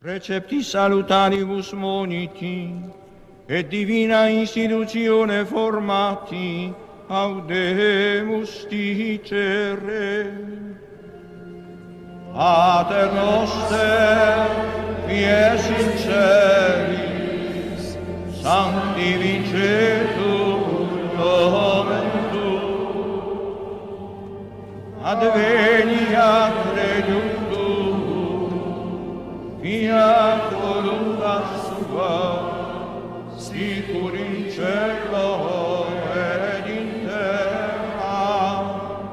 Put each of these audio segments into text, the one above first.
Precepti salutaribus moniti, et divina institutione formati, audemus dicere. Pater noster, qui es in celis, sanctificetur nomen tuum, adveniat regnum tuum, fiat voluntas tua, sicur in cielo ed in terra.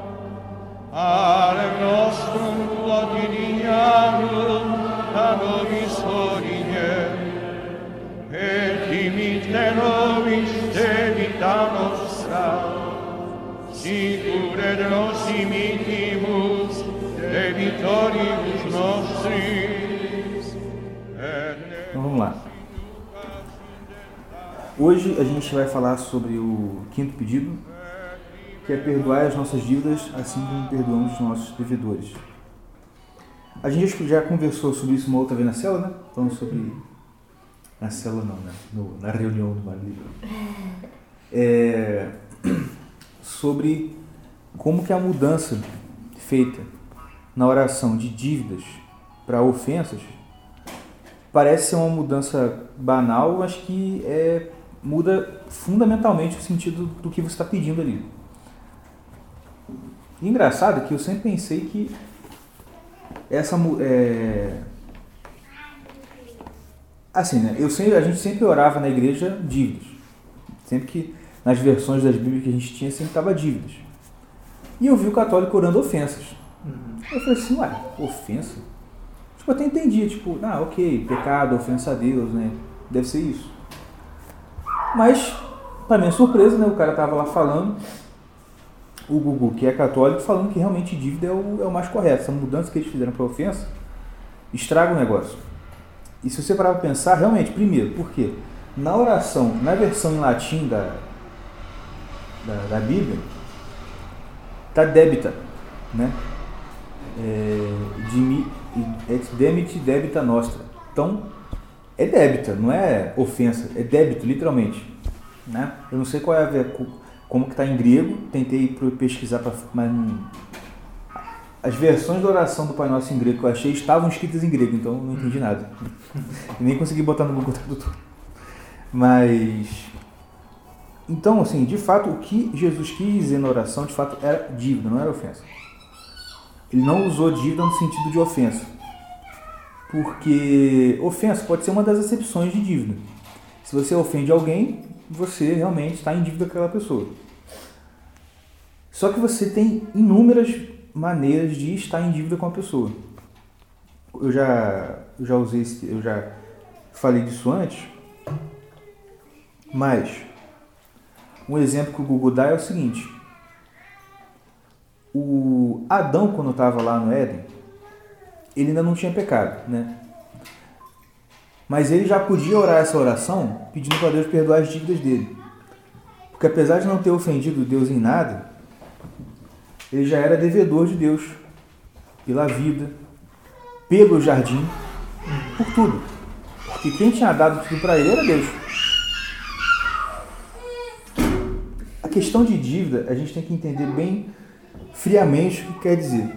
Panem nostrum quotidianum da nobis hodie, et dimitte nobis debita nostra, sicur et nos dimittimus debitoribus nostris. Então vamos lá. Hoje a gente vai falar sobre o quinto pedido, que é perdoar as nossas dívidas, assim como perdoamos os nossos devedores. A gente já conversou sobre isso uma outra vez na célula, né? Falando sobre... Na célula não, né? Na reunião do Marido. Sobre como que a mudança feita na oração de dívidas para ofensas parece ser uma mudança banal, mas que muda fundamentalmente o sentido do que você está pedindo ali. E engraçado é que eu sempre pensei que assim, né? A gente sempre orava na igreja dívidas. Sempre que nas versões das Bíblias que a gente tinha, sempre estava dívidas. E eu vi o católico orando ofensas. Eu falei assim, ué, ofensa? Tipo, eu até entendi, tipo, ok, pecado, ofensa a Deus, né? Deve ser isso. Mas, para minha surpresa, né, o cara tava lá falando, o Gugu, que é católico, falando que realmente dívida é o mais correto. Essa mudança que eles fizeram para ofensa estraga o negócio. E se você parar para pensar, realmente, primeiro, por quê? Na oração, na versão em latim da Bíblia, está débita, né? Et demit debita nostra. Então, é débita, não é ofensa, é débito, literalmente. Né? Eu não sei qual é como que está em grego, tentei pesquisar, mas as versões da oração do Pai Nosso em grego que eu achei estavam escritas em grego, então eu não entendi nada. E nem consegui botar no Google Tradutor. Mas, então, assim, de fato, o que Jesus quis dizer na oração, de fato, era dívida, não era ofensa. Ele não usou dívida no sentido de ofensa. Porque ofensa pode ser uma das acepções de dívida. Se você ofende alguém, você realmente está em dívida com aquela pessoa. Só que você tem inúmeras maneiras de estar em dívida com a pessoa. Eu já falei disso antes, mas um exemplo que o Google dá é o seguinte. O Adão, quando estava lá no Éden, ele ainda não tinha pecado, né? Mas ele já podia orar essa oração pedindo para Deus perdoar as dívidas dele. Porque apesar de não ter ofendido Deus em nada, ele já era devedor de Deus pela vida, pelo jardim, por tudo. Porque quem tinha dado tudo para ele era Deus. A questão de dívida, a gente tem que entender bem friamente o que quer dizer.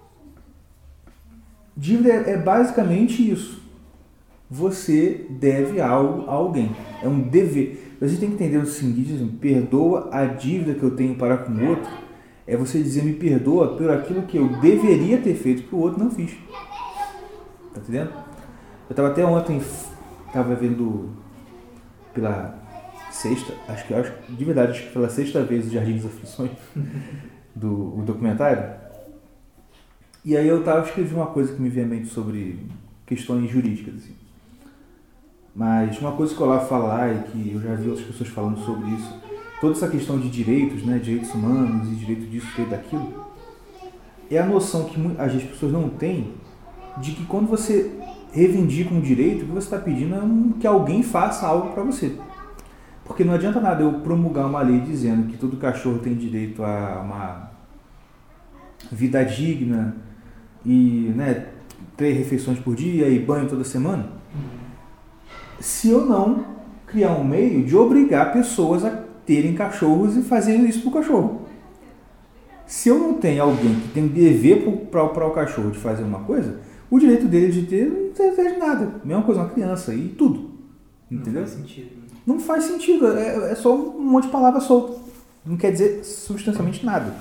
Dívida é basicamente isso. Você deve algo a alguém. É um dever. Você tem que entender o seguinte: perdoa a dívida que eu tenho para com o outro. É você dizer, me perdoa por aquilo que eu deveria ter feito que o outro não fiz. Tá entendendo? Eu estava até ontem, vendo pela sexta, acho que pela sexta vez o Jardim das Aflições, o documentário. E aí eu escrevi uma coisa que me veio à mente sobre questões jurídicas, assim. Mas uma coisa que eu lá falar e que eu já vi outras pessoas falando sobre isso, toda essa questão de direitos, né, direitos humanos e direito disso, direito daquilo, é a noção que as pessoas não têm de que quando você reivindica um direito, o que você está pedindo é que alguém faça algo para você. Porque não adianta nada eu promulgar uma lei dizendo que todo cachorro tem direito a uma vida digna e, né, 3 refeições por dia e banho toda semana, se eu não criar um meio de obrigar pessoas a terem cachorros e fazerem isso para o cachorro. Se eu não tenho alguém que tem dever para o cachorro de fazer uma coisa, o direito dele de ter não serve de nada. Mesma coisa, uma criança e tudo. Entendeu? Não faz sentido. Não faz sentido. É só um monte de palavra solta. Não quer dizer substancialmente nada.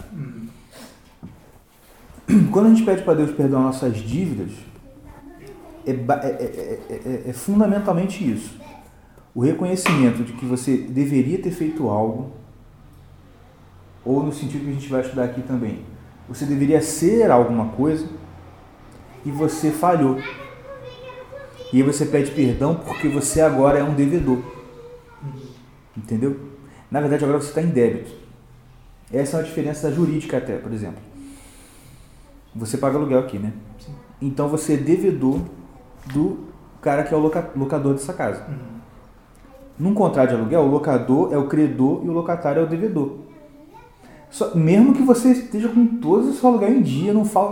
Quando a gente pede para Deus perdoar nossas dívidas, é fundamentalmente isso. O reconhecimento de que você deveria ter feito algo, ou no sentido que a gente vai estudar aqui também, você deveria ser alguma coisa e você falhou. E aí você pede perdão porque você agora é um devedor. Entendeu? Na verdade, agora você está em débito. Essa é uma diferença jurídica até, por exemplo. Você paga aluguel aqui, né? Sim. Então você é devedor do cara que é o locador dessa casa. Num contrato de aluguel, o locador é o credor e o locatário é o devedor. Mesmo que você esteja com todos os seus aluguel em dia,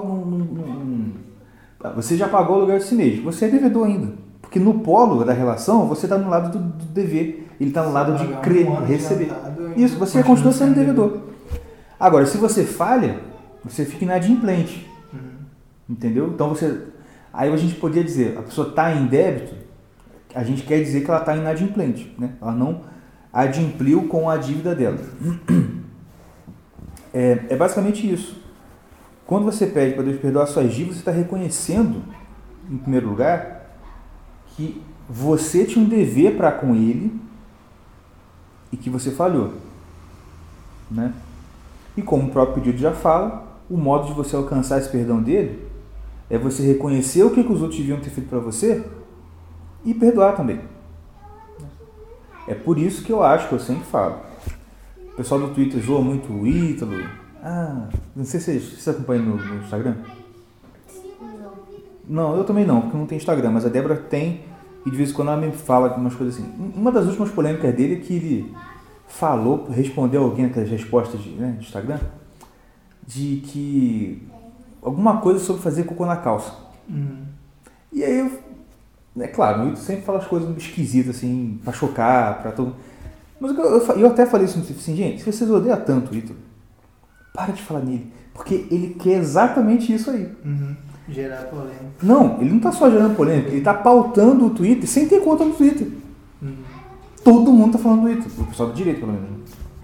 você já pagou o aluguel desse mês, você é devedor ainda. Porque no polo da relação, você está no lado do dever, ele está no lado de receber. Isso, você continua sendo devedor. Agora, se você falha, você fica inadimplente. Entendeu? Então aí a gente poderia dizer, a pessoa está em débito, a gente quer dizer que ela está inadimplente, né? Ela não adimpliu com a dívida dela. É basicamente isso. Quando você pede para Deus perdoar suas dívidas, você está reconhecendo, em primeiro lugar, que você tinha um dever para com Ele e que você falhou, né? E como o próprio pedido já fala, o modo de você alcançar esse perdão dele é você reconhecer o que os outros deviam ter feito para você e perdoar também. É por isso que eu acho que eu sempre falo. O pessoal do Twitter zoa muito o Ítalo. Não sei se você acompanha no Instagram. Não, eu também não, porque não tem Instagram, mas a Débora tem e de vez em quando ela me fala umas coisas assim. Uma das últimas polêmicas dele é que ele respondeu alguém naquelas respostas de Instagram, de que alguma coisa sobre fazer cocô na calça. E aí, é claro, o Ítalo sempre fala as coisas esquisitas, assim, pra chocar, pra todo. Mas eu até falei isso assim, gente, se vocês odeiam tanto o Ítalo, para de falar nele, porque ele quer exatamente isso aí. Gerar polêmica. Não, ele não está só gerando polêmica, ele está pautando o Twitter sem ter conta no Twitter. Todo mundo está falando do Twitter, o pessoal da direita, pelo menos.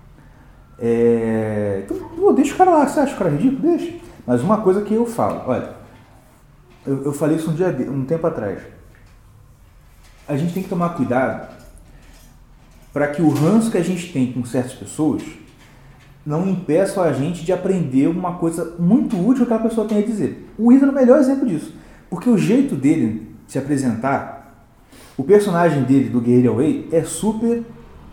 Então, deixa o cara lá, você acha o cara ridículo? Deixa. Mas uma coisa que eu falo, olha, eu falei isso um tempo atrás. A gente tem que tomar cuidado para que o ranço que a gente tem com certas pessoas não impeça a gente de aprender uma coisa muito útil que aquela pessoa tem a dizer. O Ítalo é o melhor exemplo disso. Porque o jeito dele se apresentar, o personagem dele do Guerrilla Way é super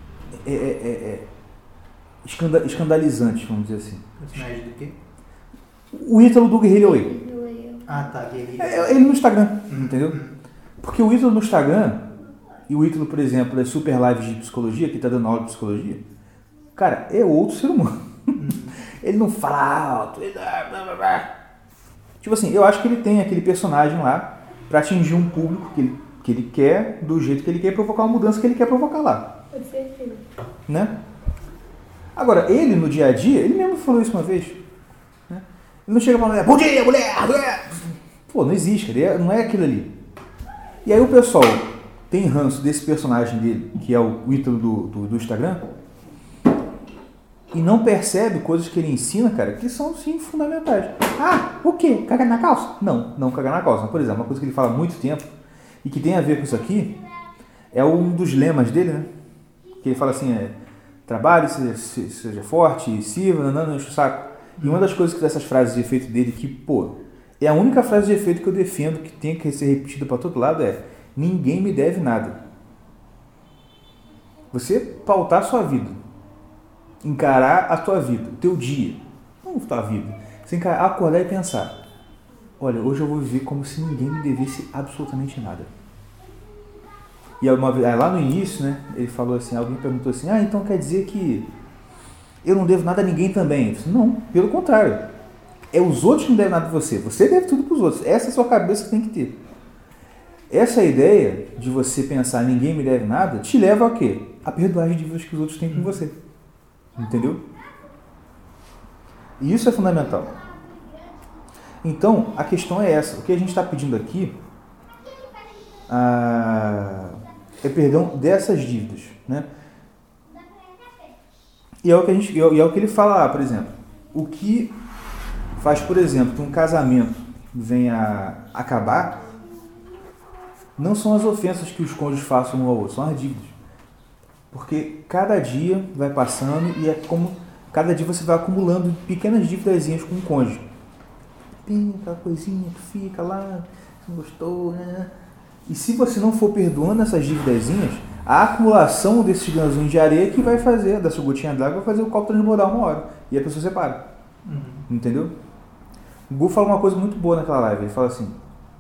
escandalizante, vamos dizer assim. Personagem do quê? O Ítalo do Guerrilla Way. Tá, Guerrilla. Ele no Instagram, entendeu? Porque o Ítalo no Instagram e o Ítalo, por exemplo, das super lives de psicologia, que está dando aula de psicologia, cara, é outro ser humano. Ele não fala alto. Tipo assim, eu acho que ele tem aquele personagem lá para atingir um público que ele quer, do jeito que ele quer, provocar uma mudança que ele quer provocar lá. Com certeza. Né? Agora, ele no dia a dia, ele mesmo falou isso uma vez. Né? Ele não chega pra mulher, bom dia, mulher! Pô, não existe, não é aquilo ali. E aí o pessoal tem ranço desse personagem dele, que é o Ítalo do Instagram, e não percebe coisas que ele ensina, cara, que são, sim, fundamentais. O quê? Cagar na calça? Não cagar na calça. Por exemplo, uma coisa que ele fala há muito tempo, e que tem a ver com isso aqui, é um dos lemas dele, né? Que ele fala assim, trabalhe, seja forte, sirva, não enche o saco. E uma das coisas dessas frases de efeito dele, que, pô, é a única frase de efeito que eu defendo, que tem que ser repetida para todo lado, é: ninguém me deve nada. Você pautar a sua vida, encarar a tua vida, o teu dia, não a tua vida, você acordar e pensar: olha, hoje eu vou viver como se ninguém me devesse absolutamente nada. E lá no início, né, ele falou assim, alguém perguntou assim: então quer dizer que eu não devo nada a ninguém também? Eu disse: não, pelo contrário. É os outros que não devem nada a você. Você deve tudo para os outros. Essa é a sua cabeça que tem que ter. Essa ideia de você pensar ninguém me deve nada te leva a quê? A perdoar as dívidas que os outros têm com você. Entendeu? E isso é fundamental. Então, a questão é essa. O que a gente está pedindo aqui é perdão dessas dívidas, né? E é o que ele fala lá, por exemplo. O que faz, por exemplo, que um casamento venha a acabar não são as ofensas que os cônjuges façam um ao outro, são as dívidas. Porque cada dia vai passando e é como cada dia você vai acumulando pequenas dívidazinhas com o cônjuge. Tem aquela coisinha que fica lá, não gostou, né? E se você não for perdoando essas dívidazinhas, a acumulação desses grãozinhos de areia que vai fazer, dessa gotinha d'água, vai fazer o copo transbordar uma hora. E a pessoa separa. Entendeu? O Gu fala uma coisa muito boa naquela live. Ele fala assim: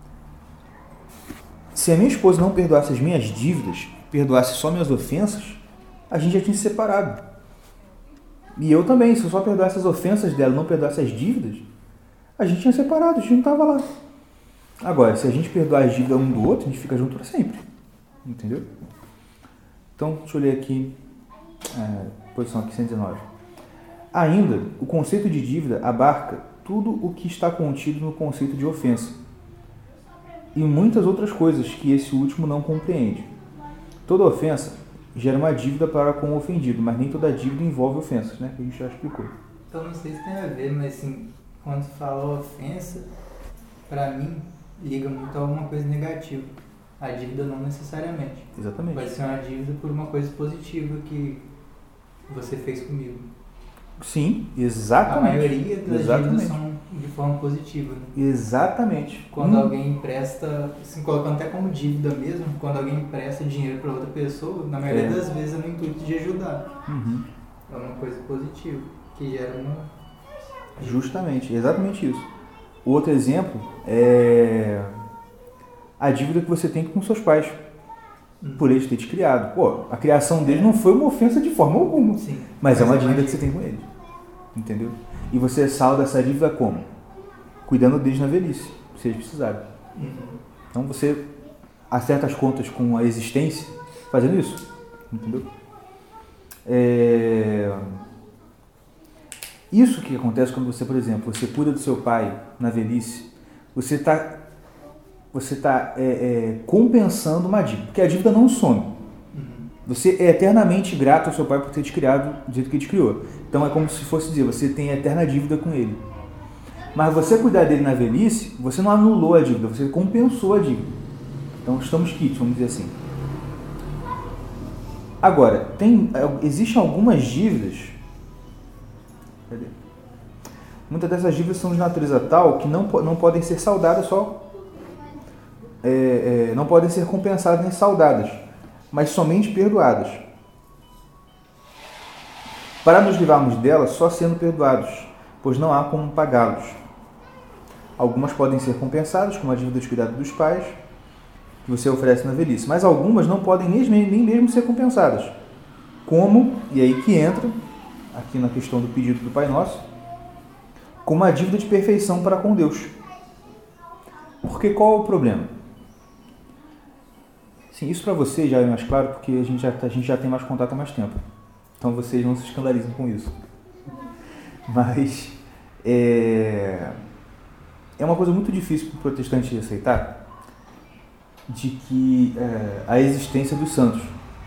se a minha esposa não perdoasse as minhas dívidas, perdoasse só minhas ofensas, a gente já tinha se separado. E eu também, se eu só perdoasse as ofensas dela, não perdoasse as dívidas, a gente tinha separado, a gente não estava lá. Agora, se a gente perdoar as dívidas um do outro, a gente fica junto para sempre. Entendeu? Então, deixa eu ler aqui, posição aqui 119. Ainda, o conceito de dívida abarca tudo o que está contido no conceito de ofensa e muitas outras coisas que esse último não compreende. Toda ofensa gera uma dívida para com o ofendido, mas nem toda dívida envolve ofensas, né? Que a gente já explicou. Então, não sei se tem a ver, mas assim, quando fala ofensa, para mim, liga muito a alguma coisa negativa. A dívida não necessariamente. Exatamente. Pode ser uma dívida por uma coisa positiva que você fez comigo. Sim, exatamente. A maioria das dívidas são de forma positiva. Né? Exatamente. Quando alguém empresta, assim, colocando até como dívida mesmo, quando alguém empresta dinheiro para outra pessoa, na maioria das vezes é no intuito de ajudar. É uma coisa positiva, que gera uma... Justamente, exatamente isso. Outro exemplo é a dívida que você tem com seus pais, por eles terem te criado. Pô, a criação deles não foi uma ofensa de forma alguma, Sim, mas é uma dívida que você tem com eles. Entendeu? E você salda essa dívida como? Cuidando deles na velhice, se eles precisarem. Então você acerta as contas com a existência fazendo isso. Entendeu? Isso que acontece quando você, por exemplo, você cuida do seu pai na velhice, você está compensando uma dívida, porque a dívida não some. Você é eternamente grato ao seu pai por ter te criado do jeito que ele te criou. Então é como se fosse dizer, você tem a eterna dívida com ele. Mas você cuidar dele na velhice, você não anulou a dívida, você compensou a dívida. Então estamos quites, vamos dizer assim. Agora, existem algumas dívidas. Cadê? Muitas dessas dívidas são de natureza tal que não podem ser saldadas não podem ser compensadas nem saldadas, mas somente perdoadas. Para nos livrarmos delas, só sendo perdoados, pois não há como pagá-los. Algumas podem ser compensadas, como a dívida de cuidado dos pais, que você oferece na velhice, mas algumas não podem nem mesmo ser compensadas. Como, e aí que entra, aqui na questão do pedido do Pai Nosso, como a dívida de perfeição para com Deus. Porque qual é o problema? Sim, isso para vocês já é mais claro, porque a gente já tem mais contato há mais tempo. Então vocês não se escandalizam com isso. Mas é uma coisa muito difícil para o protestante aceitar, de que a existência dos santos.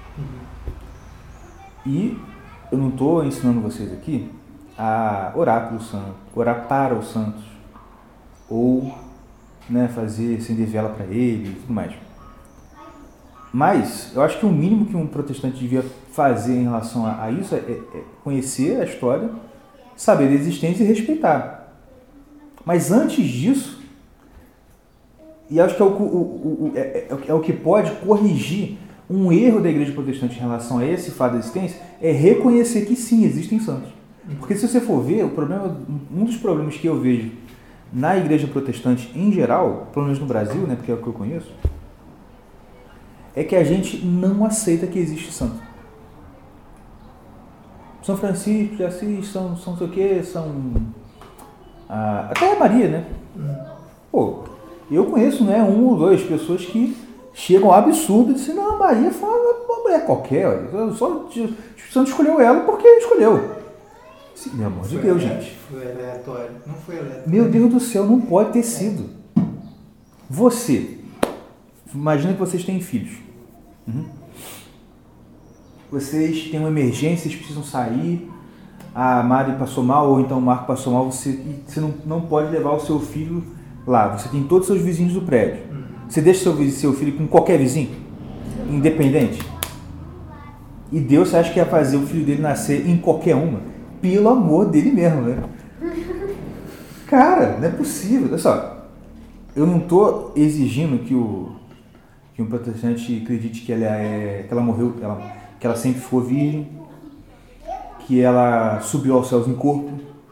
E eu não estou ensinando vocês aqui a orar pelo santo, orar para os santos, ou acender vela para ele e tudo mais. Mas eu acho que o mínimo que um protestante devia fazer em relação a isso é conhecer a história, saber da existência e respeitar. Mas antes disso, e acho que é o que pode corrigir um erro da igreja protestante em relação a esse fato da existência, é reconhecer que sim, existem santos. Porque se você for ver, um dos problemas que eu vejo na igreja protestante em geral, pelo menos no Brasil, porque é o que eu conheço, é que a gente não aceita que existe santo. São Francisco de Assis, são sei o quê, são Até a Maria, né? Pô, eu conheço, né, 1 ou 2 pessoas que chegam ao absurdo e dizem, não, a Maria foi uma mulher qualquer, olha, só o Espírito Santo escolheu ela porque escolheu. Sim, meu amor de Deus, gente. Foi aleatório. Não foi aleatório. Meu Deus do céu, não pode ter sido. Você, imagina que vocês têm filhos. Vocês têm uma emergência, vocês precisam sair, a Mari passou mal, ou então o Marco passou mal, você não pode levar o seu filho lá. Você tem todos os seus vizinhos do prédio. Você deixa seu filho com qualquer vizinho? Independente? E Deus acha que ia fazer o filho dele nascer em qualquer uma? Pelo amor dele mesmo, né? Cara, não é possível. Olha só, eu não estou exigindo que um protestante acredite que ela morreu, que ela sempre ficou virgem, que ela subiu aos céus em corpo.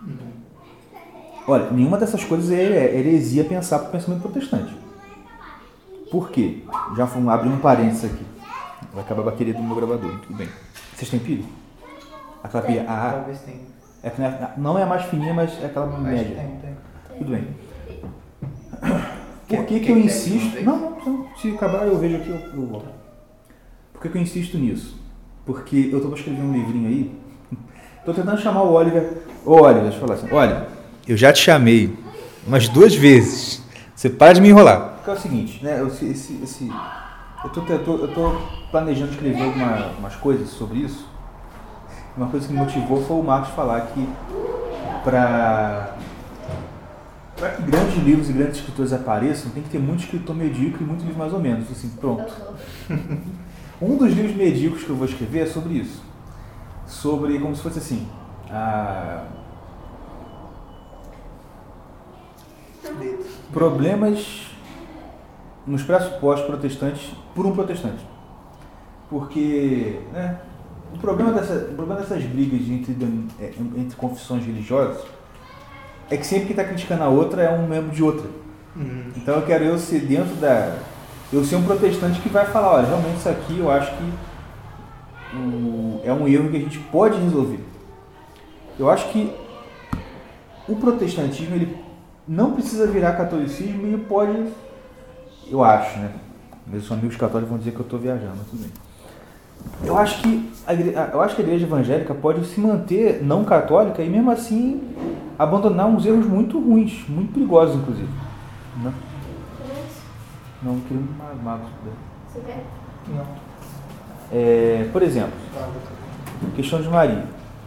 Olha, nenhuma dessas coisas é heresia pensar para o pensamento protestante. Por quê? Já abrindo um parênteses aqui. Vai acabar a bateria do meu gravador, tudo bem. Vocês têm pilha? Aquela pilha AA? Talvez tenha. Não é a mais fininha, mas é aquela média. Tem. Tudo bem. Por que eu insisto... Não, se acabar eu vejo aqui, eu volto. Por que eu insisto nisso? Porque eu estou escrevendo um livrinho aí, estou tentando chamar o Oliver. Ô Oliver, deixa eu falar assim. Olha, eu já te chamei umas 2 vezes. Você para de me enrolar. Porque é o seguinte, né? Eu estou planejando escrever algumas coisas sobre isso. Uma coisa que me motivou foi o Marcos falar que para que grandes livros e grandes escritores apareçam, tem que ter muito escritor medíocre e muito livro mais ou menos. Assim, pronto. Um dos livros medíocres que eu vou escrever é sobre isso. Sobre, como se fosse assim, problemas nos pressupostos protestantes por um protestante. Porque, né, o problema dessas brigas entre confissões religiosas é que sempre que está criticando a outra é um membro de outra. Então eu quero ser eu ser um protestante que vai falar, olha, realmente isso aqui eu acho que é um erro que a gente pode resolver. Eu acho que o protestantismo ele não precisa virar catolicismo e pode, eu acho, né? Meus amigos católicos vão dizer que eu estou viajando, mas tudo bem. Eu acho que a igreja evangélica pode se manter não católica e mesmo assim abandonar uns erros muito ruins, muito perigosos inclusive. Não, eu queria um mago. Você quer? Não. Por exemplo, questão de Maria.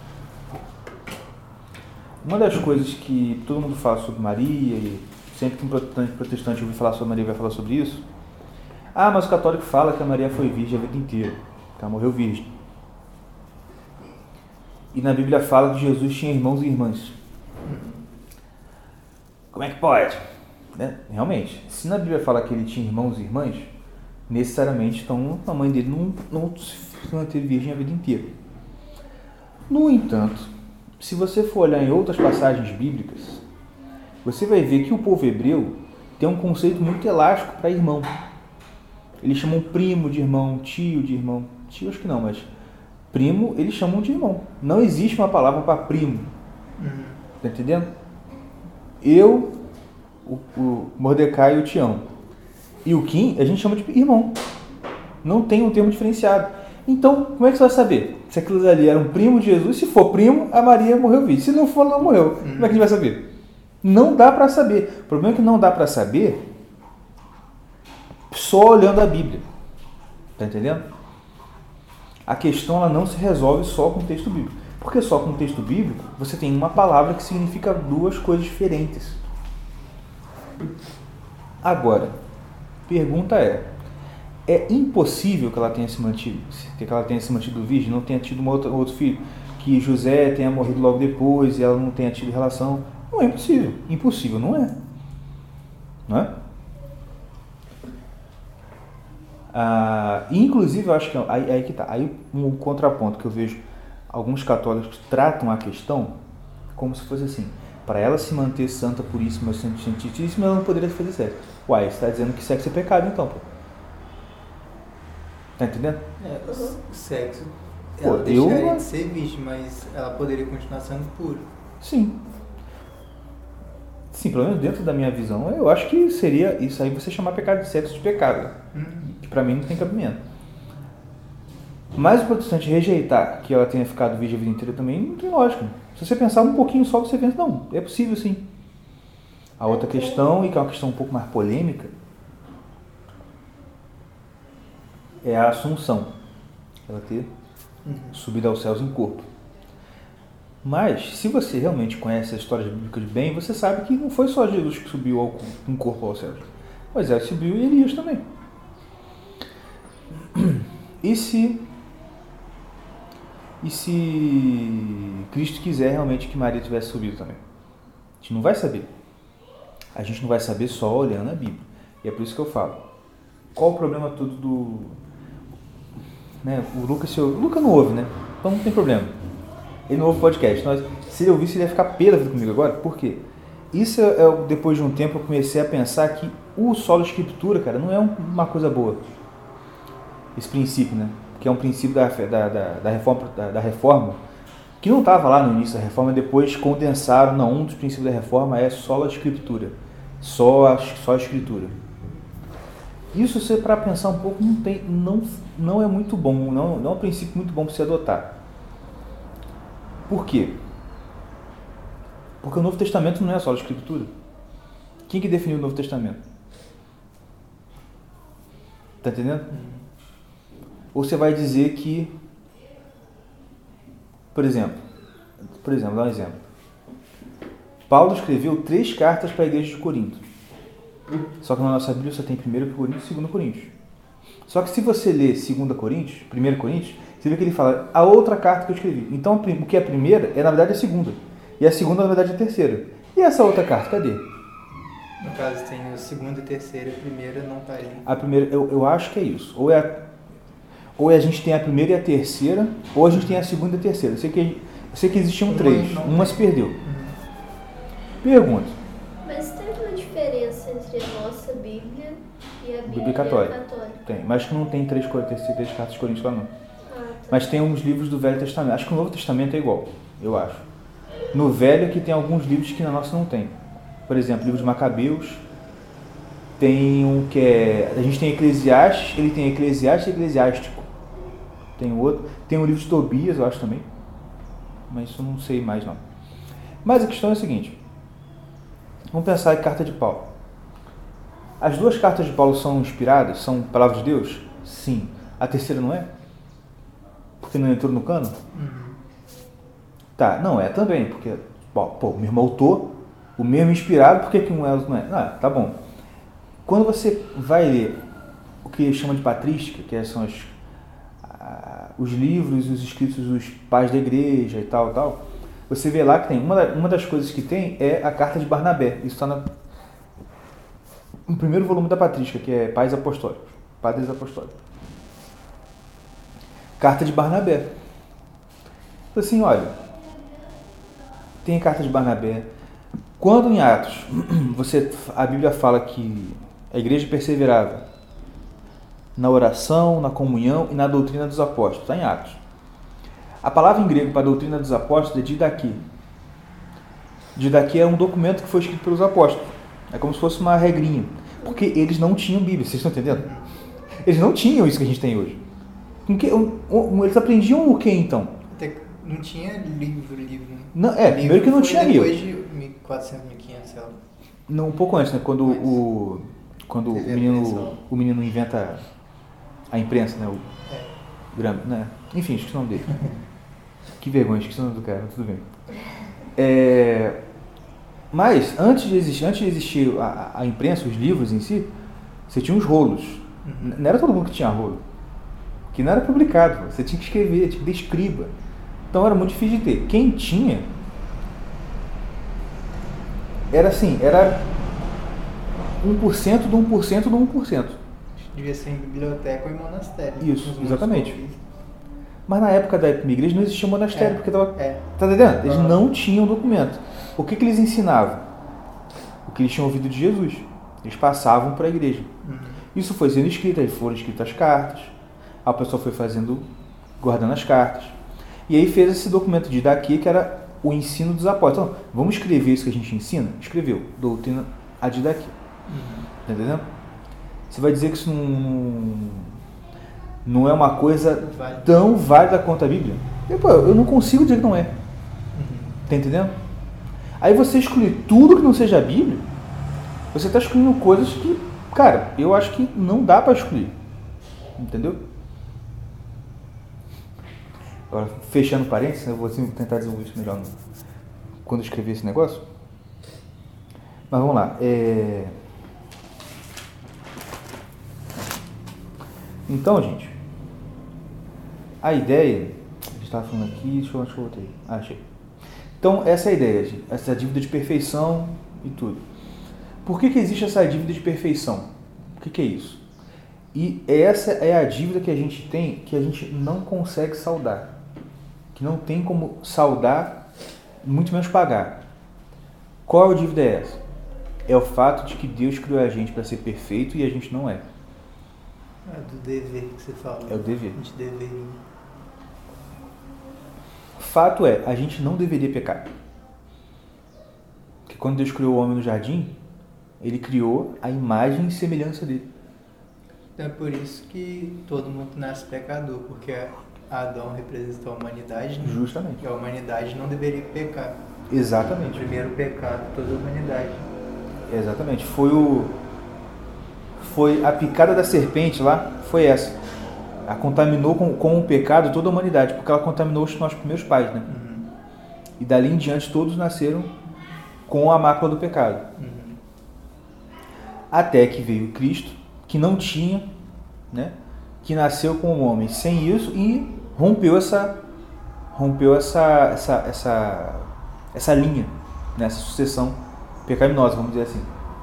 Uma das coisas que todo mundo fala sobre Maria, e sempre que um protestante ouvir falar sobre Maria vai falar sobre isso, mas o católico fala que a Maria foi virgem a vida inteira, que ela morreu virgem. E na Bíblia fala que Jesus tinha irmãos e irmãs. Como é que pode? Né? Realmente, se na Bíblia fala que ele tinha irmãos e irmãs, necessariamente então a mãe dele não se manteve virgem a vida inteira. No entanto, se você for olhar em outras passagens bíblicas, você vai ver que o povo hebreu tem um conceito muito elástico para irmão. Eles chamam primo de irmão, tio de irmão. Tio acho que não, mas primo eles chamam de irmão. Não existe uma palavra para primo. Tá entendendo? Eu, o Mordecai e o Tião. E o Kim a gente chama de irmão. Não tem um termo diferenciado. Então, como é que você vai saber se aquilo ali era um primo de Jesus? Se for primo, a Maria morreu virgem. Se não for, ela não morreu. Como é que a gente vai saber? Não dá para saber. O problema é que não dá para saber só olhando a Bíblia. Tá entendendo? A questão ela não se resolve só com o texto bíblico. Porque só com o texto bíblico você tem uma palavra que significa 2 coisas diferentes. Agora, pergunta é impossível que ela tenha se mantido virgem, não tenha tido outro filho, que José tenha morrido logo depois e ela não tenha tido relação? Não é impossível. Impossível não é. Não é? Inclusive, eu acho que aí que tá. Aí um contraponto que eu vejo, alguns católicos tratam a questão como se fosse assim: para ela se manter santa, puríssima, santíssima, ela não poderia fazer sexo. Uai, você está dizendo que sexo é pecado, então, pô. Tá entendendo? O sexo, ela deixaria de ser virgem, mas ela poderia continuar sendo pura. Sim. Assim, pelo menos dentro da minha visão, eu acho que seria isso aí você chamar pecado de sexo de pecado. Que pra mim não tem cabimento. Mas o protestante rejeitar que ela tenha ficado virgem a vida inteira também não tem lógica. Se você pensar um pouquinho só, você pensa, não, é possível sim. A outra questão, e que é uma questão um pouco mais polêmica, é a assunção. Ela ter subido aos céus em corpo. Mas, se você realmente conhece as histórias bíblicas bem, você sabe que não foi só Jesus que subiu em corpo aos céus. Moisés subiu e Elias também. E se Cristo quiser realmente que Maria tivesse subido também? A gente não vai saber. A gente não vai saber só olhando a Bíblia. E é por isso que eu falo. Qual o problema todo do... Né? O Lucas não ouve, né? Então não tem problema. Ele não ouve o podcast. Se ele ouvisse, ele ia ficar pé da vida comigo agora. Por quê? Isso depois de um tempo, eu comecei a pensar que o solo escritura, cara, não é uma coisa boa. Esse princípio, né? Que é um princípio da reforma, que não estava lá no início da reforma, depois condensaram. Não, um dos princípios da reforma é só a escritura. Só a escritura. Isso, você para pensar um pouco, não é muito bom, não é um princípio muito bom para se adotar. Por quê? Porque o Novo Testamento não é só a escritura. Quem que definiu o Novo Testamento? Tá entendendo? Ou você vai dizer que, por exemplo, dá um exemplo. Paulo escreveu 3 cartas para a igreja de Corinto. Só que na nossa Bíblia só tem 1 Coríntios e 2 Coríntios. Só que se você ler 2 Coríntios, 1 Coríntios, você vê que ele fala a outra carta que eu escrevi. Então o que é a primeira é na verdade a segunda. E a segunda na verdade é a terceira. E essa outra carta, cadê? No caso tem a segunda e terceira, a primeira não está aí. A primeira, eu acho que é isso. Ou a gente tem a primeira e a terceira, ou a gente tem a segunda e a terceira. Eu sei que existiam 3. Uma se perdeu. Pergunta. Mas tem uma diferença entre a nossa Bíblia e a Bíblia Católica? Tem, mas que não tem 3 cartas de Coríntios lá não. Tá. Mas tem uns livros do Velho Testamento. Acho que o Novo Testamento é igual, eu acho. No Velho que tem alguns livros que na nossa não tem. Por exemplo, o livro de Macabeus. Tem um que é... A gente tem Eclesiastes, ele tem Eclesiastes e Eclesiástico. Tem outro. Tem um livro de Tobias, eu acho também. Mas isso eu não sei mais não. Mas a questão é a seguinte. Vamos pensar em carta de Paulo. As 2 cartas de Paulo são inspiradas? São palavras de Deus? Sim. A terceira não é? Porque não entrou no cano? Tá, não é também. Porque, o mesmo autor, o mesmo inspirado, por que um é outro não é? Ah, tá bom. Quando você vai ler o que chama de patrística, que são os livros, os escritos dos pais da igreja e tal, você vê lá que tem, uma das coisas que tem é a carta de Barnabé. Isso está no primeiro volume da patrística, que é Pais Apostólicos, Padres Apostólicos. Carta de Barnabé. Então, assim, olha, tem a carta de Barnabé. Quando em Atos, a Bíblia fala que a igreja perseverava na oração, na comunhão e na doutrina dos apóstolos. Está em Atos. A palavra em grego para a doutrina dos apóstolos é didaquê. Didaquê é um documento que foi escrito pelos apóstolos. É como se fosse uma regrinha. Porque eles não tinham Bíblia, vocês estão entendendo? Eles não tinham isso que a gente tem hoje. Eles aprendiam o que então? Não tinha livro. Não, primeiro que não tinha livro. Depois de 1400, 1500, sei lá. Não, um pouco antes, né? Quando o menino inventa a imprensa, né? O Graham, né? Enfim, esqueci o nome dele. Que vergonha, esqueci o nome do cara, tudo bem. Mas antes de existir a imprensa, os livros em si, você tinha os rolos. Não era todo mundo que tinha rolo. Que não era publicado. Você tinha que escrever, tinha que ter escriba. Então era muito difícil de ter. Quem tinha era 1% do 1% do 1%. Devia ser em biblioteca ou em monastério. Isso, exatamente. Mas na época da igreja não existia monastério, porque estava... Tá entendendo? Eles não tinham documento. O que eles ensinavam? O que eles tinham ouvido de Jesus. Eles passavam para a igreja. Isso foi sendo escrito, aí foram escritas as cartas. A pessoa foi guardando as cartas. E aí fez esse documento de daqui, que era o ensino dos apóstolos. Então, vamos escrever isso que a gente ensina? Escreveu. Doutrina ad daqui. Tá entendendo? Você vai dizer que isso não é uma coisa tão válida quanto a Bíblia? Eu não consigo dizer que não é. Tá entendendo? Aí você excluir tudo que não seja a Bíblia, você está excluindo coisas que, cara, eu acho que não dá para excluir. Entendeu? Agora, fechando parênteses, eu vou tentar desenvolver isso melhor quando eu escrever esse negócio. Mas vamos lá. Então, gente, a ideia... A gente estava falando aqui, deixa eu voltei. Achei. Então, essa é a ideia, gente. Essa dívida de perfeição e tudo. Por que existe essa dívida de perfeição? O que é isso? E essa é a dívida que a gente tem, que a gente não consegue saldar. Que não tem como saldar, muito menos pagar. Qual a dívida é essa? É o fato de que Deus criou a gente para ser perfeito e a gente não é. É do dever que você fala. É o dever. A gente deveria. Fato é, a gente não deveria pecar. Porque quando Deus criou o homem no jardim, Ele criou a imagem e semelhança dele. É por isso que todo mundo nasce pecador, porque Adão representa a humanidade, né? Justamente. E a humanidade não deveria pecar. Exatamente. O primeiro pecado de toda a humanidade. Exatamente. Foi a picada da serpente lá, foi essa. Ela contaminou com o pecado toda a humanidade, porque ela contaminou os nossos primeiros pais, né? Uhum. E dali em diante todos nasceram com a mácula do pecado. Uhum. Até que veio Cristo, que não tinha, né? Que nasceu como homem sem isso e rompeu essa linha, né? Essa sucessão pecaminosa, vamos dizer assim.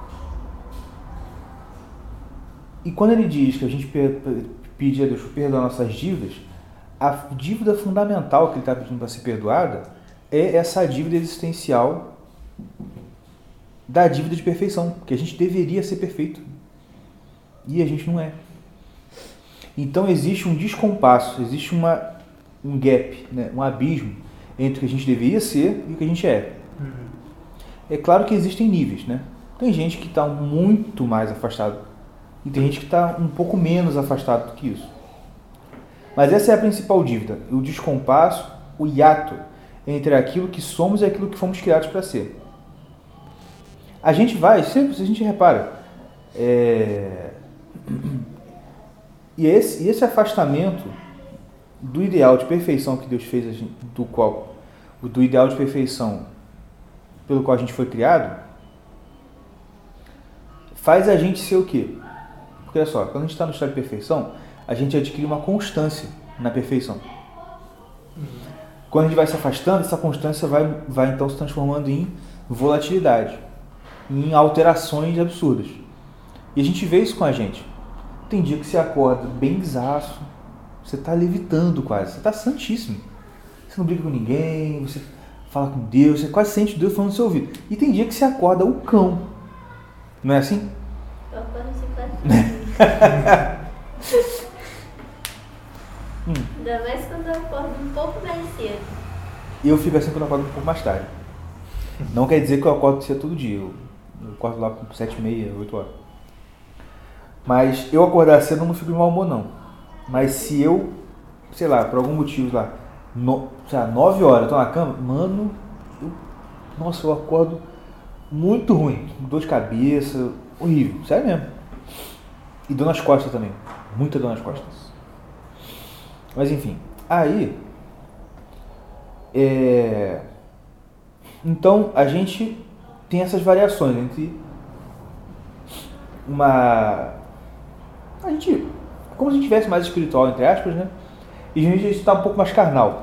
E quando ele diz que a gente pedir a Deus para perdoar nossas dívidas, a dívida fundamental que ele está pedindo para ser perdoada é essa dívida existencial da dívida de perfeição, que a gente deveria ser perfeito e a gente não é. Então existe um descompasso, existe um gap, né? Um abismo entre o que a gente deveria ser e o que a gente é. Uhum. É claro que existem níveis, né? Tem gente que está muito mais afastado e tem gente que está um pouco menos afastado do que isso. Mas essa é a principal dívida, o descompasso, o hiato entre aquilo que somos e aquilo que fomos criados para ser. A gente vai, sempre, se a gente repara, e esse afastamento do ideal de perfeição que Deus fez, do ideal de perfeição pelo qual a gente foi criado, faz a gente ser o quê? Porque olha só, quando a gente está no estado de perfeição, a gente adquire uma constância na perfeição. Quando a gente vai se afastando, essa constância vai então se transformando em volatilidade, em alterações absurdas. E a gente vê isso com a gente. Tem dia que você acorda bem desaço, você está levitando quase, você está santíssimo. Você não briga com ninguém, você fala com Deus, você quase sente Deus falando no seu ouvido. E tem dia que você acorda o cão. Não é assim? Eu acordo assim. Ainda mais quando eu acordo um pouco mais cedo. Eu fico assim quando eu acordo um pouco mais tarde. Não quer dizer que eu acordo cedo todo dia. Eu acordo lá com 7h30, 8 horas. Mas eu acordar cedo eu não fico de mau humor, não. Mas se eu, sei lá, por algum motivo lá, 9 horas eu tô na cama, mano, eu acordo muito ruim. Dor de cabeça, horrível, sério mesmo. E dor nas costas também, muita dor nas costas. Mas enfim, aí, então a gente tem essas variações entre como se a gente tivesse mais espiritual, entre aspas, né? E a gente está um pouco mais carnal.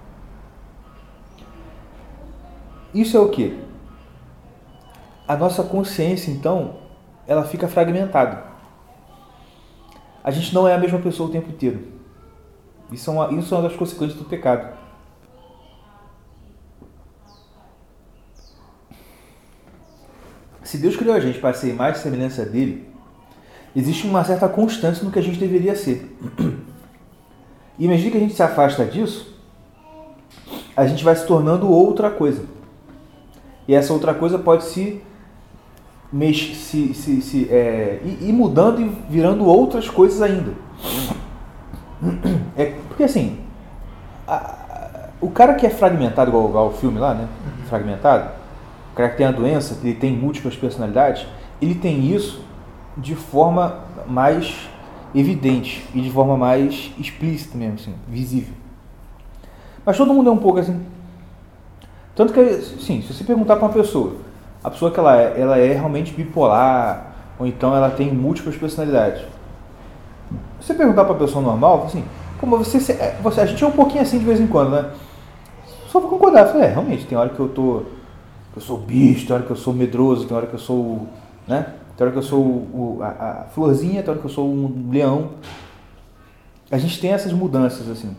Isso é o quê? A nossa consciência, então, ela fica fragmentada. A gente não é a mesma pessoa o tempo inteiro. Isso é uma das consequências do pecado. Se Deus criou a gente para ser mais semelhança dele, existe uma certa constância no que a gente deveria ser. E imagina que a gente se afasta disso, a gente vai se tornando outra coisa. E essa outra coisa pode ir mudando e virando outras coisas ainda. Porque assim, o cara que é fragmentado, igual o filme lá, né? Fragmentado, o cara que tem a doença, que ele tem múltiplas personalidades, ele tem isso de forma mais evidente e de forma mais explícita mesmo, assim, visível. Mas todo mundo é um pouco assim. Tanto que, sim, se você perguntar para uma pessoa, a pessoa que ela é realmente bipolar, ou então ela tem múltiplas personalidades. Se você perguntar para uma pessoa normal, assim, como a gente é um pouquinho assim de vez em quando, né? Só vou concordar, realmente, tem hora que eu sou bicho, tem hora que eu sou medroso, tem hora que eu sou, né? Tem hora que eu sou a florzinha, tem hora que eu sou um leão. A gente tem essas mudanças, assim.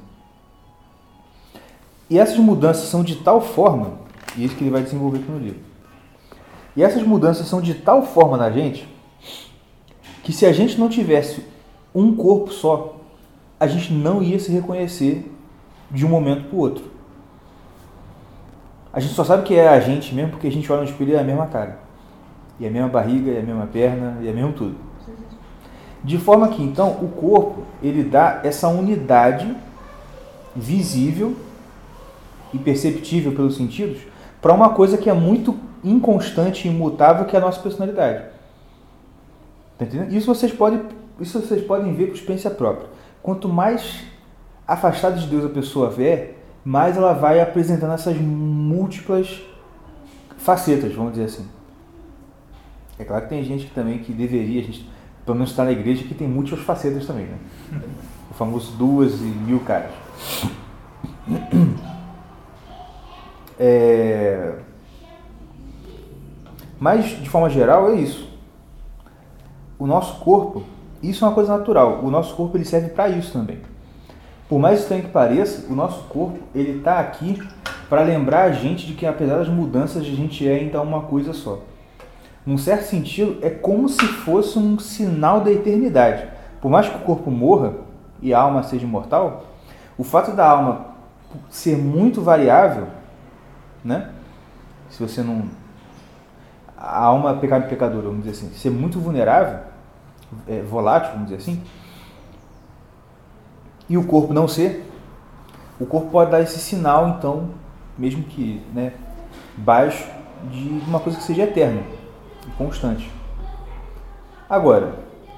E essas mudanças são de tal forma, e é isso que ele vai desenvolver aqui no livro. E essas mudanças são de tal forma na gente, que se a gente não tivesse um corpo só, a gente não ia se reconhecer de um momento para o outro. A gente só sabe que é a gente mesmo porque a gente olha no espelho e é a mesma cara. E a mesma barriga, e a mesma perna, e a mesmo tudo. De forma que, então, o corpo, ele dá essa unidade visível e perceptível pelos sentidos para uma coisa que é muito inconstante e imutável, que é a nossa personalidade. Tá entendendo? Isso vocês podem ver por experiência própria. Quanto mais afastada de Deus a pessoa é, mais ela vai apresentando essas múltiplas facetas, vamos dizer assim. É claro que tem gente que também que deveria, a gente, pelo menos está na igreja, que tem múltiplas facetas também, né? O famoso 2.000 caras. Mas, de forma geral, é isso. O nosso corpo, isso é uma coisa natural. O nosso corpo ele serve para isso também. Por mais estranho que pareça, o nosso corpo ele está aqui para lembrar a gente de que, apesar das mudanças, a gente é ainda uma coisa só. Num certo sentido, é como se fosse um sinal da eternidade. Por mais que o corpo morra e a alma seja imortal, o fato da alma ser muito variável, né? Se você não... A alma pecadora, vamos dizer assim, ser muito vulnerável, volátil, vamos dizer assim, e o corpo não ser, o corpo pode dar esse sinal, então, mesmo que, né, baixo, de uma coisa que seja eterna e constante. Agora,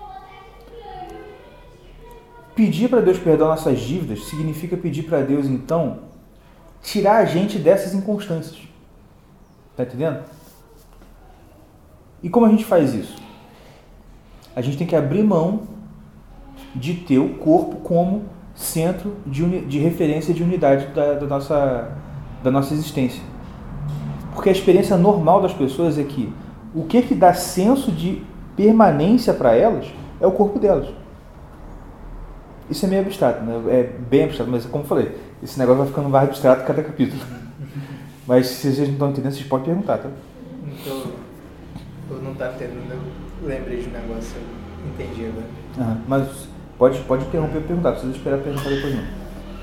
pedir para Deus perdoar nossas dívidas significa pedir para Deus, então, tirar a gente dessas inconstâncias. Tá entendendo? E como a gente faz isso? A gente tem que abrir mão de ter o corpo como centro de referência de unidade da nossa existência. Porque a experiência normal das pessoas é que o que dá senso de permanência para elas é o corpo delas. Isso é meio abstrato, né? É bem abstrato, mas como eu falei, esse negócio vai ficando mais abstrato cada capítulo. Mas se vocês não estão entendendo, vocês podem perguntar, tá? Então, eu não estava entendendo, eu lembrei de um negócio, eu entendi agora. Mas pode interromper e perguntar, não precisa esperar perguntar depois não.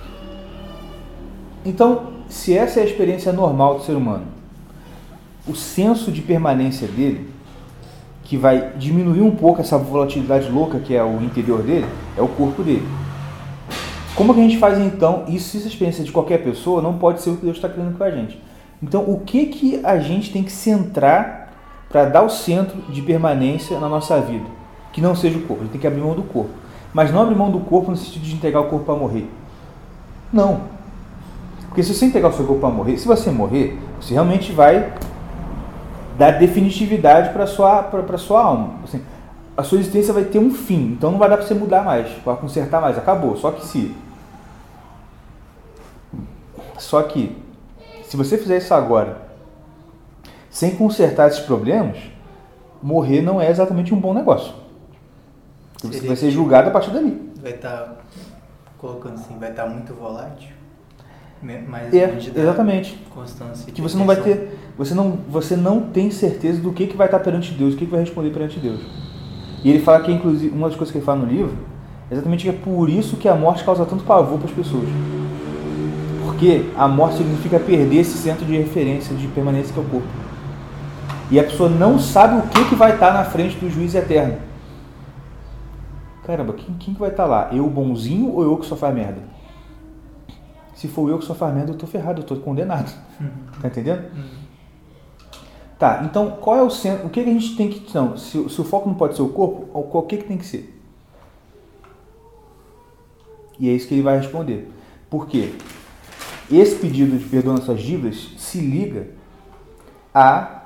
Então, se essa é a experiência normal do ser humano, o senso de permanência dele, que vai diminuir um pouco essa volatilidade louca que é o interior dele, é o corpo dele. Como que a gente faz então isso? Se essa experiência de qualquer pessoa, não pode ser o que Deus está querendo com a gente. Então, o que a gente tem que centrar para dar o centro de permanência na nossa vida? Que não seja o corpo. A gente tem que abrir mão do corpo. Mas não abrir mão do corpo no sentido de entregar o corpo para morrer. Não. Porque se você entregar o seu corpo para morrer, se você morrer, você realmente vai dar definitividade para a sua alma. Assim, a sua existência vai ter um fim. Então não vai dar para você mudar mais, para consertar mais. Acabou. Só que se você fizer isso agora, sem consertar esses problemas, morrer não é exatamente um bom negócio. Você vai ser julgado a partir dali. Vai estar, colocando assim, vai estar muito volátil. Mas exatamente. Constância. Que você não vai ter, você não tem certeza do que vai estar perante Deus, o que vai responder perante Deus. E ele fala que, inclusive, uma das coisas que ele fala no livro, é exatamente que é por isso que a morte causa tanto pavor para as pessoas. Porque a morte significa perder esse centro de referência, de permanência que é o corpo. E a pessoa não sabe o que vai estar na frente do juiz eterno. Caramba, quem que vai estar lá? Eu bonzinho ou eu que só faz merda? Se for eu que só faz merda, eu tô ferrado, eu tô condenado. Tá entendendo? Tá, então qual é o centro? O que a gente tem que... Não, se o foco não pode ser o corpo, o que tem que ser? E é isso que ele vai responder. Por quê? Esse pedido de perdão das suas dívidas se liga a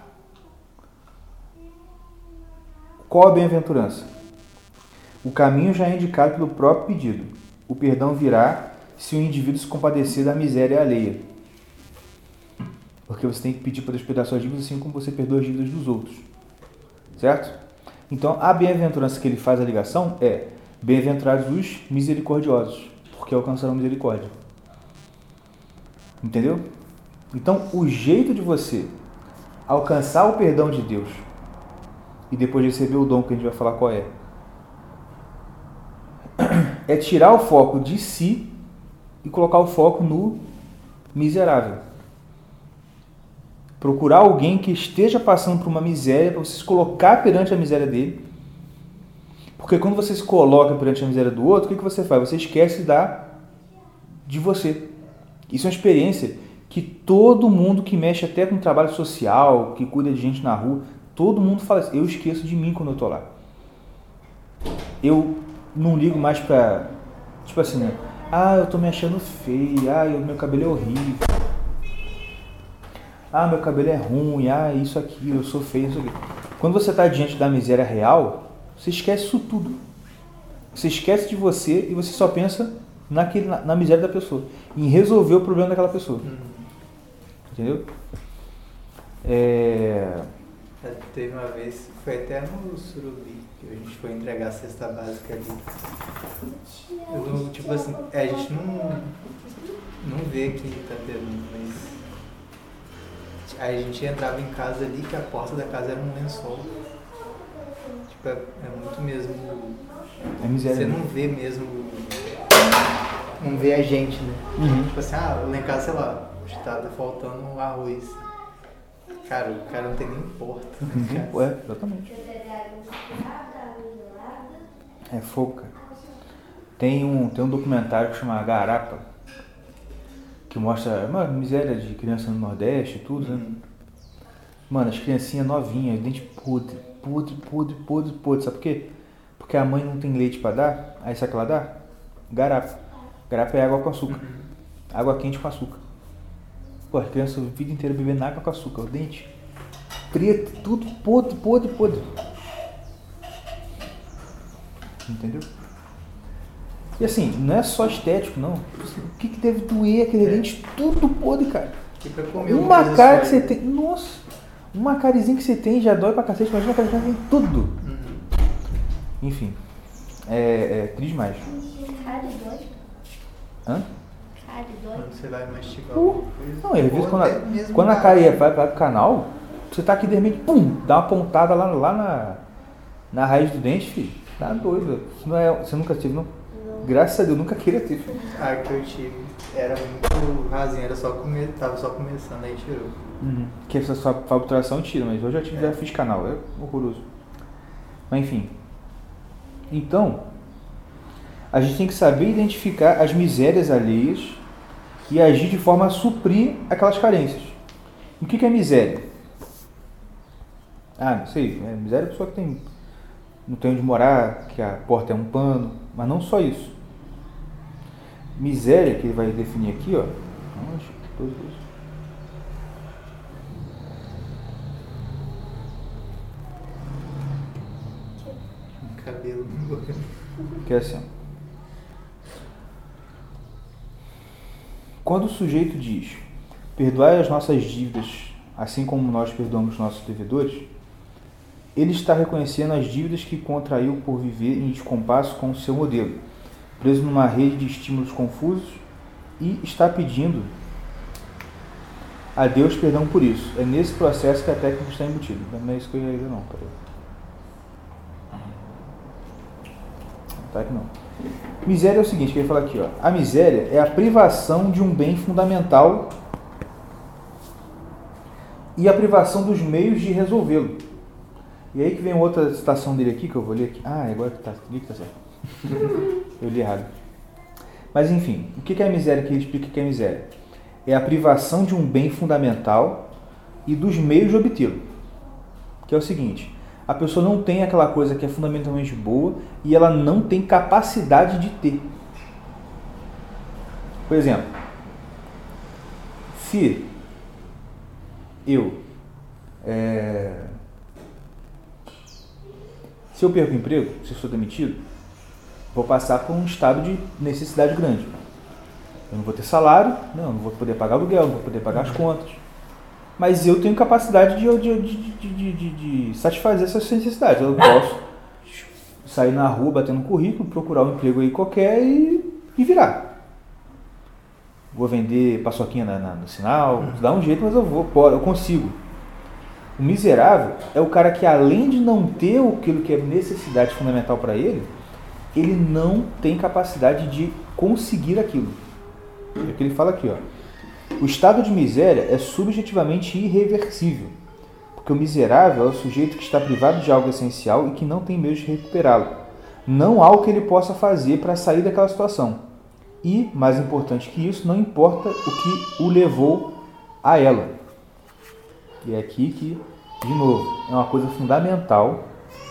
qual a bem-aventurança? O caminho já é indicado pelo próprio pedido. O perdão virá se o indivíduo se compadecer da miséria alheia. Porque você tem que pedir para Deus perdoar suas dívidas assim como você perdoa as dívidas dos outros. Certo? Então, a bem-aventurança que ele faz a ligação é: bem-aventurados os misericordiosos, porque alcançarão misericórdia. Entendeu? Então, o jeito de você alcançar o perdão de Deus e depois receber o dom que a gente vai falar qual é tirar o foco de si e colocar o foco no miserável. Procurar alguém que esteja passando por uma miséria para você se colocar perante a miséria dele. Porque quando você se coloca perante a miséria do outro, o que você faz? Você esquece de você. Isso é uma experiência que todo mundo que mexe até com trabalho social, que cuida de gente na rua, todo mundo fala assim: eu esqueço de mim quando eu tô lá. Eu não ligo mais pra... Tipo assim, né? Eu tô me achando feio. Meu cabelo é horrível. Meu cabelo é ruim. Isso aqui, eu sou feio, isso aqui. Quando você tá diante da miséria real, você esquece isso tudo. Você esquece de você e você só pensa na miséria da pessoa, em resolver o problema daquela pessoa. Entendeu? Teve uma vez, foi até no Surubi, que a gente foi entregar a cesta básica ali. Tipo assim, a gente não vê quem tá tendo, mas aí a gente entrava em casa ali, que a porta da casa era um lençol. Tipo, é muito mesmo... É miséria. Você não vê mesmo... Não vê a gente, né? Tipo assim, lá em casa, sei lá, tá faltando arroz. Cara, o cara não tem nem porta. Exatamente. É fogo, cara. Tem um documentário que chama Garapa, que mostra uma miséria de criança no Nordeste e tudo, né? Mano, as criancinhas novinhas, dente podre. Sabe por quê? Porque a mãe não tem leite pra dar, aí sabe o que ela dá? Garapa. Garapa é água com açúcar. Água quente com açúcar. Pô, as crianças a vida inteira bebendo água com açúcar. O dente preto, tudo podre. Entendeu? E assim, não é só estético, não. O que deve doer aquele dente tudo podre, cara? Uma cara que você tem... Nossa! Uma carizinha que você tem já dói pra cacete, imagina uma cara que tem tudo. Enfim. É triste demais. Cara dói. Hã? Cara dói. Quando você vai mastigar alguma coisa... Não, às vezes quando a carinha vai pro canal, você tá aqui de repente, pum, dá uma pontada lá na raiz do dente, filho. Tá doido. Você nunca teve, não? Graças a Deus, nunca queria ter, filho. Que eu tive era muito rasinho, tava só começando, aí tirou. Que essa sua obturação tira, mas eu já fiz canal, é horroroso. Mas enfim. Então, a gente tem que saber identificar as misérias alheias e agir de forma a suprir aquelas carências. O que é miséria? Não sei, miséria é a pessoa que não tem onde morar, que a porta é um pano, mas não só isso. Miséria, que ele vai definir aqui, ó. Cabelo. Que é assim. Quando o sujeito diz: perdoai as nossas dívidas, assim como nós perdoamos nossos devedores, ele está reconhecendo as dívidas que contraiu por viver em descompasso com o seu modelo, preso numa rede de estímulos confusos, e está pedindo a Deus perdão por isso. É nesse processo que a técnica está embutida. Não é isso que eu ia dizer, não. Peraí. Tá aqui não. Miséria é o seguinte, que ele fala aqui, ó. A miséria é a privação de um bem fundamental e a privação dos meios de resolvê-lo. E aí que vem outra citação dele aqui, que eu vou ler aqui. Ah, agora que tá certo. Eu li errado. Mas enfim, o que é a miséria que ele explica que é miséria? É a privação de um bem fundamental e dos meios de obtê-lo. Que é o seguinte, a pessoa não tem aquela coisa que é fundamentalmente boa e ela não tem capacidade de ter. Por exemplo, se eu perco o emprego, se eu sou demitido, vou passar por um estado de necessidade grande. Eu não vou ter salário, não vou poder pagar aluguel, não vou poder pagar as contas. Mas eu tenho capacidade de satisfazer essas necessidades. Eu posso sair na rua batendo currículo, procurar um emprego aí qualquer e virar. Vou vender paçoquinha no sinal, dá um jeito, mas eu consigo. O miserável é o cara que, além de não ter aquilo que é necessidade fundamental para ele não tem capacidade de conseguir aquilo. É o que ele fala aqui, ó. O estado de miséria é subjetivamente irreversível, porque o miserável é o sujeito que está privado de algo essencial e que não tem meios de recuperá-lo. Não há o que ele possa fazer para sair daquela situação. E, mais importante que isso, não importa o que o levou a ela. E é aqui que, de novo, é uma coisa fundamental.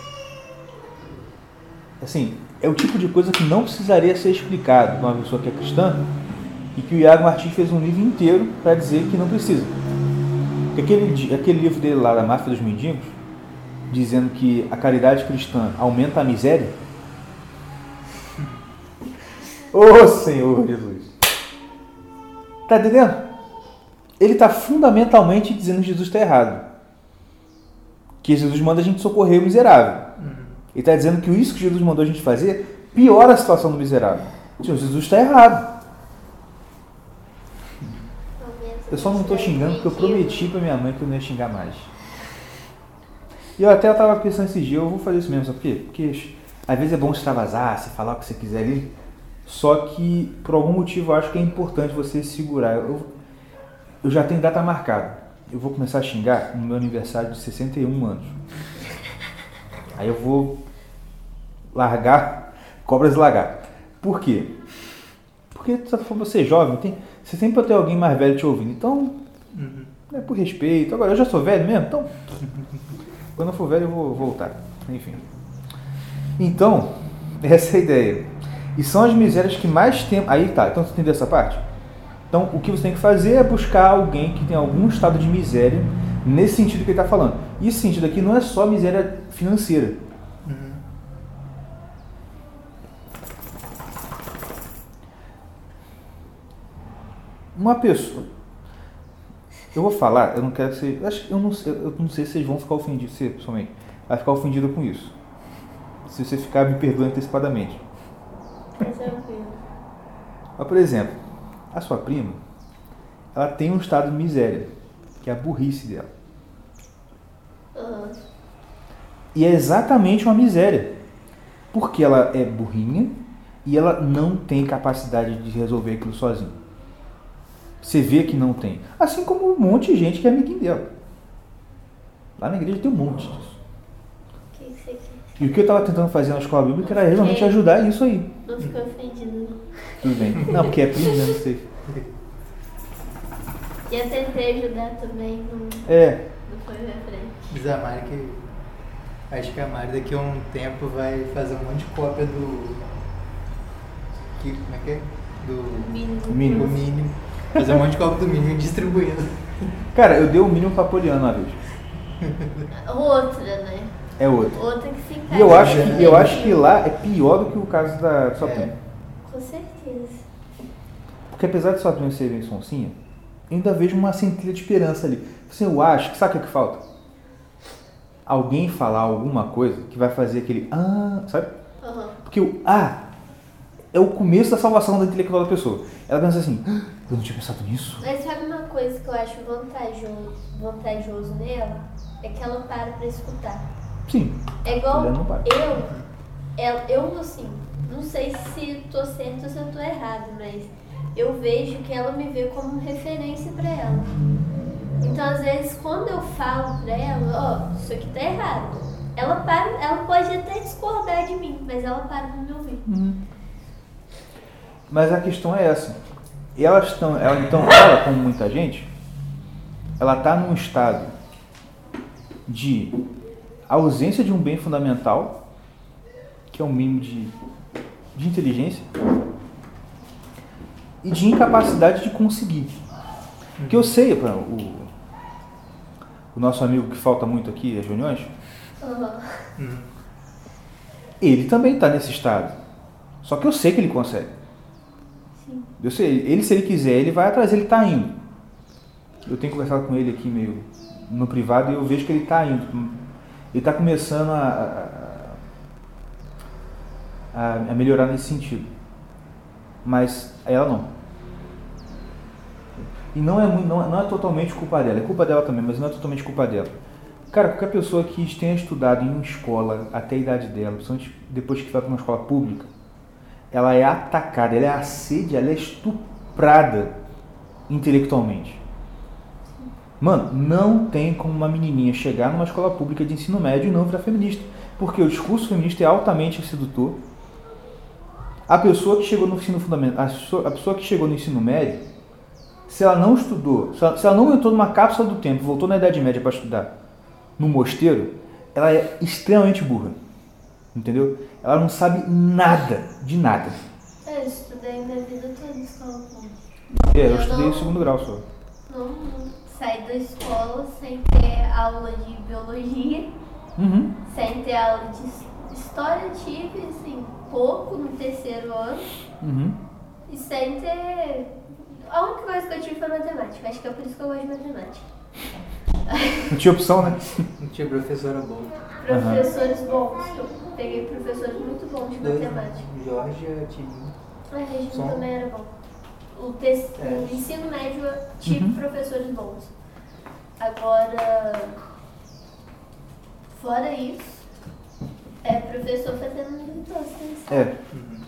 Assim, é o tipo de coisa que não precisaria ser explicado para uma pessoa que é cristã e que o Iago Martins fez um livro inteiro para dizer que não precisa. Aquele livro dele lá, da Máfia dos Mendigos, dizendo que a caridade cristã aumenta a miséria. Ô Senhor Jesus! Tá entendendo? Ele está fundamentalmente dizendo que Jesus está errado. Que Jesus manda a gente socorrer o miserável. Ele está dizendo que isso que Jesus mandou a gente fazer piora a situação do miserável. Jesus está errado. Eu só não estou xingando porque eu prometi para minha mãe que eu não ia xingar mais. E eu até estava pensando esses dias, eu vou fazer isso mesmo, sabe por quê? Porque às vezes é bom extravasar, você falar o que você quiser ali. Só que por algum motivo eu acho que é importante você segurar. Eu já tenho data marcada. Eu vou começar a xingar no meu aniversário de 61 anos. Aí eu vou largar cobras e lagartos. Por quê? Porque você é jovem, você sempre vai ter alguém mais velho te ouvindo. Então, é por respeito. Agora, eu já sou velho mesmo, então quando eu for velho eu vou voltar. Enfim. Então, essa é a ideia. E são as misérias que mais tempo... Aí tá, então você entendeu essa parte? Então, o que você tem que fazer é buscar alguém que tem algum estado de miséria nesse sentido que ele está falando. E esse sentido aqui não é só miséria financeira. Uma pessoa... Eu vou falar, eu não quero ser... Eu não sei se vocês vão ficar ofendidos, você, pessoalmente, vai ficar ofendido com isso. Se você ficar, me perdoe antecipadamente. Mas, por exemplo, a sua prima, ela tem um estado de miséria, que é a burrice dela. E é exatamente uma miséria, porque ela é burrinha e ela não tem capacidade de resolver aquilo sozinha. Você vê que não tem. Assim como um monte de gente que é amiguinho dela. Lá na igreja tem um monte disso. E o que eu estava tentando fazer na escola bíblica era realmente ajudar isso aí. Não ficou ofendido, não. Tudo bem. Não, porque é primo, né? Não sei. E eu tentei ajudar também, não foi minha frente. Diz a Mari que... Acho que a Mari daqui a um tempo vai fazer um monte de cópia do... Como é que é? Do... Mínimo. Do mínimo. Fazer um monte de cópia do mínimo e distribuindo. Cara, eu dei o mínimo pra Poliana uma vez. Outra, né? É outra. Outra que se encaixa. E eu acho que lá é pior do que o caso da sua prima. Com certeza. Porque apesar de sua prima ser bem sonsinha, eu ainda vejo uma centelha de esperança ali. Assim, eu acho que sabe o que falta? Alguém falar alguma coisa que vai fazer aquele sabe? Porque o é o começo da salvação da intelectual da pessoa. Ela pensa assim, eu não tinha pensado nisso. Mas sabe uma coisa que eu acho vantajoso nela? É que ela para pra escutar. Sim. É igual Ela não para. eu assim, não sei se tô certo ou se eu tô errado, mas eu vejo que ela me vê como referência pra ela. Então, às vezes, quando eu falo pra ela, ó, isso aqui tá errado, ela pode até discordar de mim, mas ela para de me ouvir. Mas a questão é essa. Ela, como muita gente, ela está num estado de ausência de um bem fundamental, que é um mínimo de inteligência, e de incapacidade de conseguir. Porque eu sei, o nosso amigo que falta muito aqui, as reuniões, ele também está nesse estado. Só que eu sei que ele consegue. Eu sei, se ele quiser, ele vai atrás, ele está indo. Eu tenho conversado com ele aqui meio no privado e eu vejo que ele está indo. Ele está começando a melhorar nesse sentido. Mas ela não. E não é totalmente culpa dela. É culpa dela também, mas não é totalmente culpa dela. Cara, qualquer pessoa que tenha estudado em uma escola até a idade dela, principalmente depois que vai para uma escola pública, ela é atacada, ela é assediada, ela é estuprada intelectualmente. Mano, não tem como uma menininha chegar numa escola pública de ensino médio e não virar feminista. Porque o discurso feminista é altamente sedutor. A pessoa que chegou no ensino fundamental, a pessoa que chegou no ensino médio, se ela não estudou, se ela não entrou numa cápsula do tempo, voltou na Idade Média para estudar no mosteiro, ela é extremamente burra. Entendeu? Ela não sabe nada, de nada. Eu estudei minha vida toda em escola pública. Eu estudei o segundo grau só. Não saí da escola sem ter aula de biologia, sem ter aula de história, tive, assim, pouco no terceiro ano. E sem ter... A única coisa que eu tive foi matemática. Acho que é por isso que eu gosto de matemática. Não tinha opção, né? Não tinha professora boa. Professores bons. Eu peguei professores muito bons de matemática. Georgia, Tilinho. Regina também era bom. O ensino médio eu tive professores bons. Agora, fora isso, é professor fazendo tostas.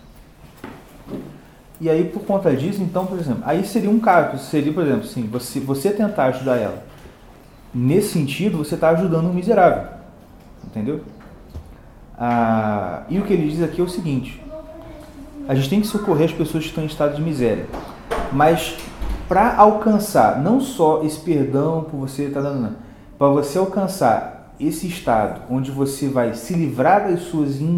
E aí, por conta disso, então, por exemplo, aí seria um caso, seria, por exemplo, assim, você tentar ajudar ela. Nesse sentido, você está ajudando um miserável. Entendeu? E o que ele diz aqui é o seguinte: a gente tem que socorrer as pessoas que estão em estado de miséria. Mas para alcançar não só esse perdão por você estar dando, para você alcançar esse estado onde você vai se livrar das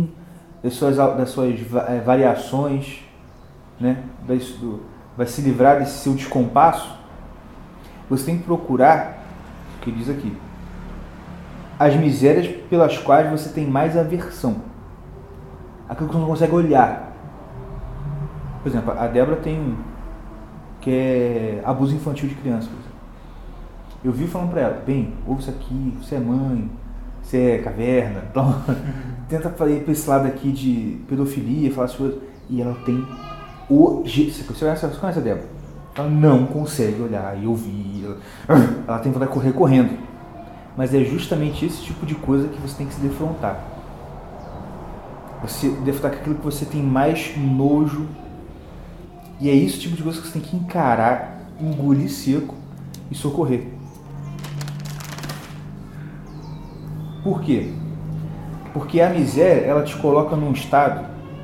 suas variações, né? Vai se livrar desse seu descompasso, você tem que procurar, o que diz aqui, as misérias pelas quais você tem mais aversão, aquilo que você não consegue olhar. Por exemplo, a Débora tem que é abuso infantil de criança, por exemplo. Eu vi falando pra ela, bem, ouve isso aqui, você é mãe, você é caverna, então tenta ir pra esse lado aqui de pedofilia, falar as coisas, e ela tem você conhece a Débora? Ela não consegue olhar e ouvir, ela tem vontade de correr correndo. Mas é justamente esse tipo de coisa que você tem que se defrontar. Você defrontar com aquilo que você tem mais nojo. E é esse tipo de coisa que você tem que encarar, engolir seco e socorrer. Por quê? Porque a miséria, ela te coloca num estado...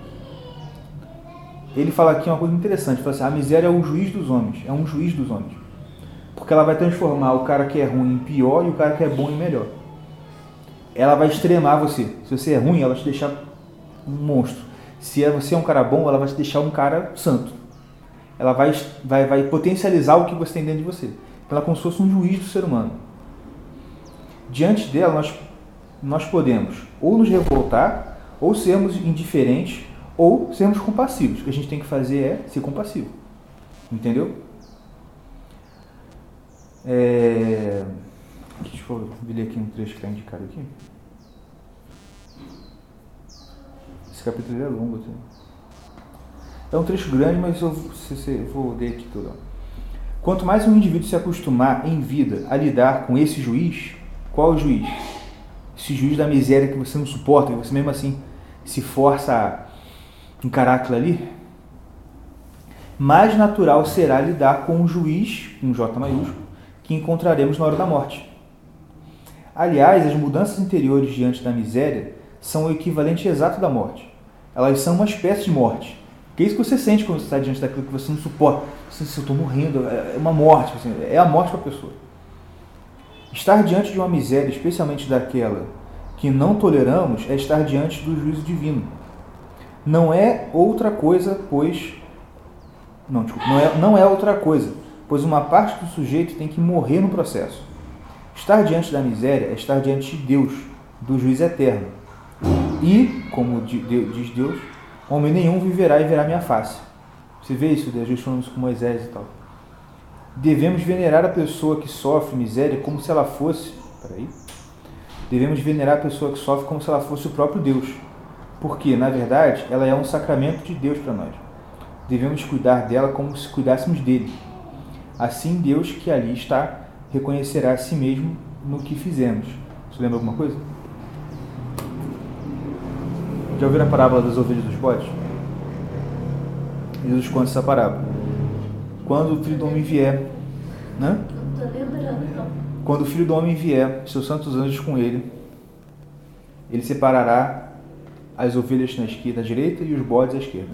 Ele fala aqui uma coisa interessante, fala assim, a miséria é o juiz dos homens, é um juiz dos homens. Porque ela vai transformar o cara que é ruim em pior e o cara que é bom em melhor. Ela vai extremar você. Se você é ruim, ela vai te deixar um monstro. Se você é um cara bom, ela vai te deixar um cara santo. Ela vai potencializar o que você tem dentro de você. Ela é como se fosse um juiz do ser humano. Diante dela, nós podemos ou nos revoltar, ou sermos indiferentes, ou sermos compassivos. O que a gente tem que fazer é ser compassivo. Entendeu? Deixa eu ler aqui um trecho que está indicado aqui. Esse capítulo é longo. Assim. É um trecho grande, mas eu vou ler aqui tudo. Quanto mais um indivíduo se acostumar em vida a lidar com esse juiz, qual é o juiz? Esse juiz da miséria que você não suporta, que você mesmo assim se força a encarar aquilo ali, mais natural será lidar com o juiz, com J maiúsculo, que encontraremos na hora da morte. Aliás, as mudanças interiores diante da miséria são o equivalente exato da morte. Elas são uma espécie de morte. Que é isso que você sente quando você está diante daquilo que você não suporta. Você, eu estou morrendo, é uma morte, é a morte para a pessoa. Estar diante de uma miséria, especialmente daquela que não toleramos, é estar diante do juízo divino. Não é outra coisa, pois... Não é outra coisa, pois uma parte do sujeito tem que morrer no processo. Estar diante da miséria é estar diante de Deus, do juiz eterno. E, como diz Deus, homem nenhum viverá e verá minha face. Você vê isso, Deus falando isso com Moisés e tal. Devemos venerar a pessoa que sofre miséria como se ela fosse... Devemos venerar a pessoa que sofre como se ela fosse o próprio Deus. Porque, na verdade, ela é um sacramento de Deus para nós. Devemos cuidar dela como se cuidássemos dele. Assim, Deus que ali está reconhecerá a si mesmo no que fizemos. Você lembra alguma coisa? Já ouviram a parábola das ovelhas e dos bodes? Jesus conta essa parábola. Quando o Filho do Homem vier, né? Não tô lembrando, não. Quando o Filho do Homem vier, seus santos anjos com ele, ele separará as ovelhas na direita e os bodes à esquerda.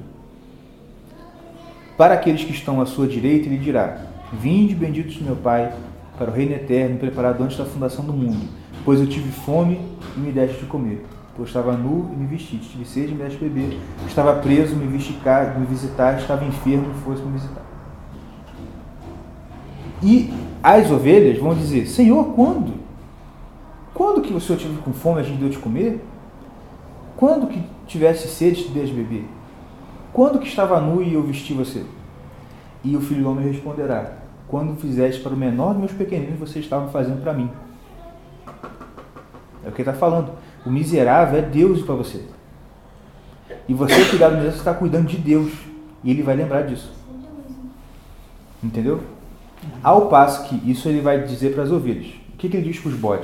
Para aqueles que estão à sua direita, ele dirá: Vinde, benditos de meu Pai, para o reino eterno, preparado antes da fundação do mundo. Pois eu tive fome e me deste de comer. Pois estava nu e me vestiste. Tive sede e me deste de beber. Estava preso, me visitar. Estava enfermo e fosse me visitar. E as ovelhas vão dizer: Senhor, quando? Quando que o Senhor tive com fome e a gente deu de comer? Quando que tivesse sede e te dei de beber? Quando que estava nu e eu vesti você? E o Filho do Homem responderá: Quando fizeste para o menor dos meus pequeninos, vocês estavam fazendo para mim. É o que ele está falando. O miserável é Deus para você. E você cuidar do miserável, você está cuidando de Deus. E ele vai lembrar disso. Entendeu? Ao passo que isso ele vai dizer para as ovelhas. O que ele diz para os bodes?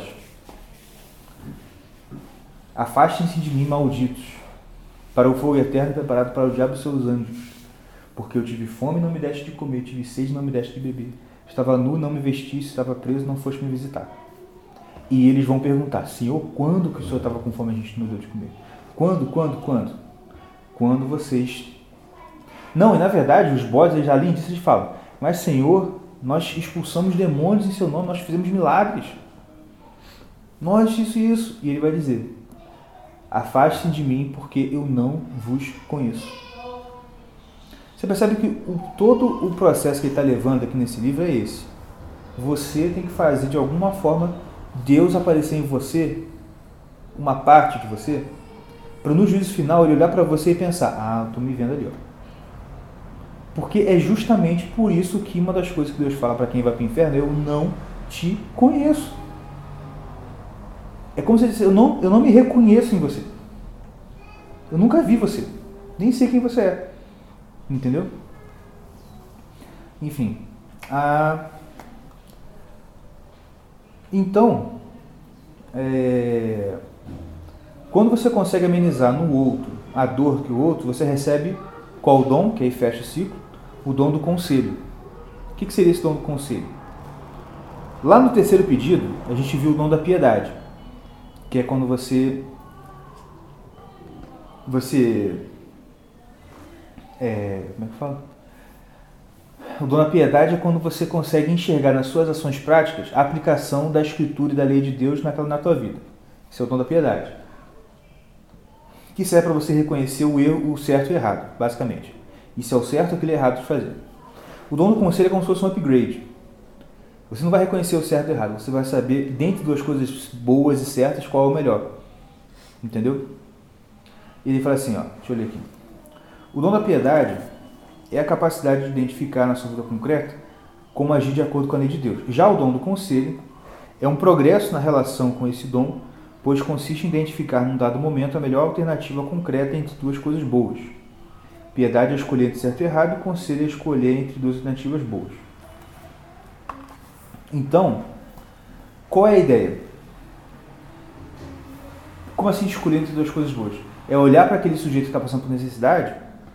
Afastem-se de mim, malditos, para o fogo eterno preparado para o diabo e seus anjos. Porque eu tive fome e não me deste de comer, tive sede e não me deste de beber. Estava nu e não me vestiste, estava preso e não foste me visitar. E eles vão perguntar: Senhor, quando que o Senhor estava com fome e a gente não deu de comer? Quando? Quando vocês... Não, e na verdade os bodes, além disso, eles falam: Mas Senhor, nós expulsamos demônios em seu nome, nós fizemos milagres. Nós isso. E ele vai dizer: Afastem de mim, porque eu não vos conheço. Você percebe que todo o processo que ele está levando aqui nesse livro é esse. Você tem que fazer, de alguma forma, Deus aparecer em você, uma parte de você, para no juízo final ele olhar para você e pensar: Ah, estou me vendo ali. Ó. Porque é justamente por isso que uma das coisas que Deus fala para quem vai para o inferno é: Eu não te conheço. É como se ele dissesse: eu não me reconheço em você. Eu nunca vi você. Nem sei quem você é. Entendeu? Enfim. Então, quando você consegue amenizar no outro a dor que o outro, você recebe qual dom? Que aí fecha o ciclo. O dom do conselho. O que seria esse dom do conselho? Lá no terceiro pedido, a gente viu o dom da piedade. Que é quando você como é que fala? O dom da piedade é quando você consegue enxergar nas suas ações práticas a aplicação da Escritura e da lei de Deus na tua vida. Esse é o dom da piedade. Que serve para você reconhecer o erro, o certo e o errado, basicamente. Isso é o certo e aquilo é errado de fazer. O dom do conselho é como se fosse um upgrade. Você não vai reconhecer o certo e o errado, você vai saber, dentre duas coisas boas e certas, qual é o melhor. Entendeu? Ele fala assim, ó, deixa eu ler aqui. O dom da piedade é a capacidade de identificar na sua vida concreta como agir de acordo com a lei de Deus. Já o dom do conselho é um progresso na relação com esse dom, pois consiste em identificar num dado momento a melhor alternativa concreta entre duas coisas boas. Piedade é escolher entre certo e errado, e conselho é escolher entre duas alternativas boas. Então, qual é a ideia? Como assim escolher entre duas coisas boas? É olhar para aquele sujeito que está passando por necessidade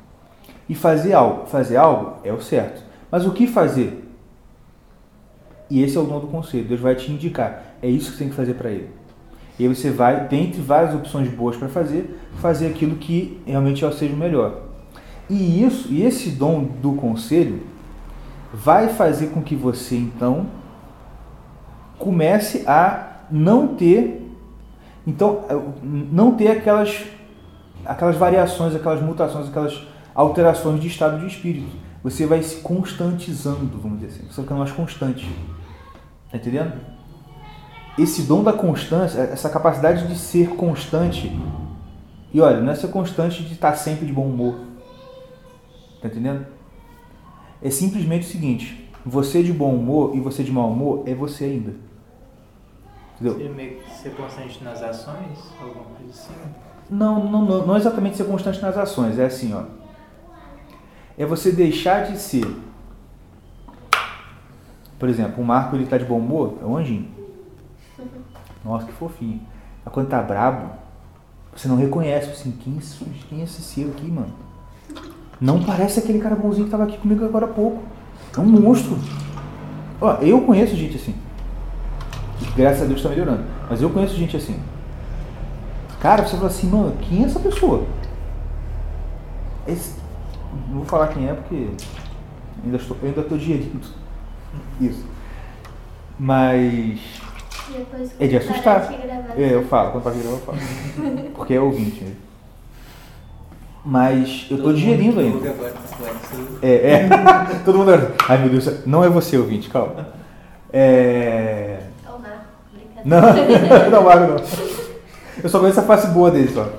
e fazer algo. Fazer algo é o certo. Mas o que fazer? E esse é o dom do conselho. Deus vai te indicar. É isso que você tem que fazer para ele. E aí você vai, dentre várias opções boas para fazer aquilo que realmente seja o melhor. E esse dom do conselho vai fazer com que você, então, comece a não ter aquelas variações, aquelas mutações, aquelas alterações de estado de espírito. Você vai se constantizando, vamos dizer assim. Você vai ficando mais constante. Está entendendo? Esse dom da constância, essa capacidade de ser constante. E olha, não é ser constante de estar sempre de bom humor. Está entendendo? É simplesmente o seguinte: você de bom humor e você de mau humor é você ainda. Entendeu? Ser constante nas ações? Alguma coisa assim? Não exatamente ser constante nas ações. É assim, ó. É você deixar de ser. Por exemplo, o Marco, ele tá de bom humor, é um anjinho. Nossa, que fofinho. Mas quando tá brabo, você não reconhece, assim, quem é esse ser aqui, mano? Não parece aquele cara bonzinho que tava aqui comigo agora há pouco. É um monstro. Ó, eu conheço gente assim. Graças a Deus tá melhorando. Mas eu conheço gente assim. Cara, você fala assim, mano, quem é essa pessoa? Não vou falar quem é porque eu ainda tô digerindo isso. Mas é de assustar. Eu falo, quando parar de gravar eu falo. Porque é ouvinte. Mas eu tô digerindo ainda. Todo mundo agora. Ai meu Deus, não é você, ouvinte, calma. Não, Marco não. Eu só conheço a face boa dele só.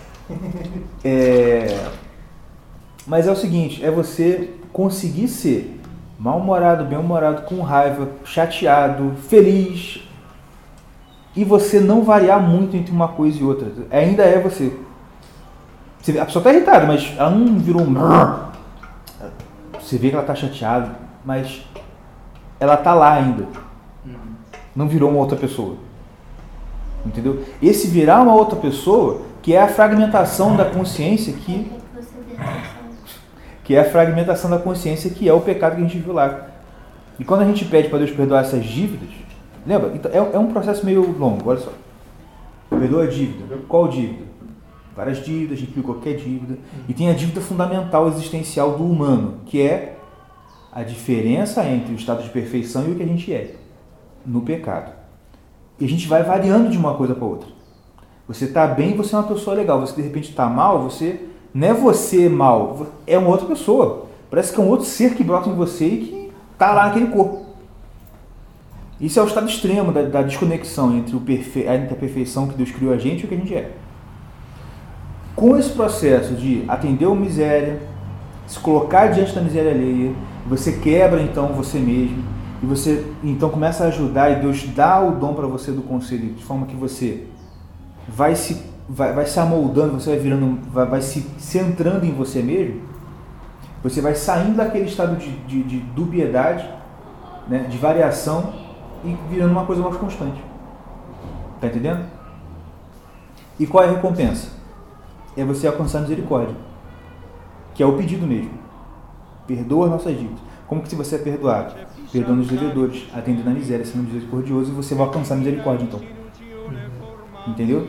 Mas é o seguinte, é você conseguir ser mal-humorado, bem-humorado, com raiva, chateado, feliz, e você não variar muito entre uma coisa e outra. Ainda é você. A pessoa está irritada, mas ela não virou um... Você vê que ela está chateada, mas ela está lá ainda. Não virou uma outra pessoa. Entendeu? Esse virar uma outra pessoa, que é a fragmentação da consciência, que é a fragmentação da consciência, que é o pecado que a gente viu lá. E quando a gente pede para Deus perdoar essas dívidas, lembra? Então, é um processo meio longo, olha só. Perdoa a dívida. Qual dívida? Várias dívidas, inclui qualquer dívida. E tem a dívida fundamental existencial do humano, que é a diferença entre o estado de perfeição e o que a gente é no pecado. E a gente vai variando de uma coisa para outra. Você está bem, você é uma pessoa legal. Você de repente está mal, você não é você mal, é uma outra pessoa. Parece que é um outro ser que brota em você e que está lá naquele corpo. Isso é o estado extremo da desconexão entre a perfeição que Deus criou a gente e o que a gente é. Com esse processo de atender a miséria, se colocar diante da miséria alheia, você quebra então você mesmo, e você então começa a ajudar, e Deus dá o dom para você do conselho, de forma que você vai se amoldando, você vai virando, vai se centrando em você mesmo, você vai saindo daquele estado de dubiedade, né, de variação, e virando uma coisa mais constante. Está entendendo? E qual é a recompensa? É você alcançar a misericórdia, que é o pedido mesmo. Perdoa as nossas dívidas. Como que se você é perdoado? Perdoando os devedores, atendendo a miséria, sendo misericordioso, e você vai alcançar a misericórdia, então. Entendeu?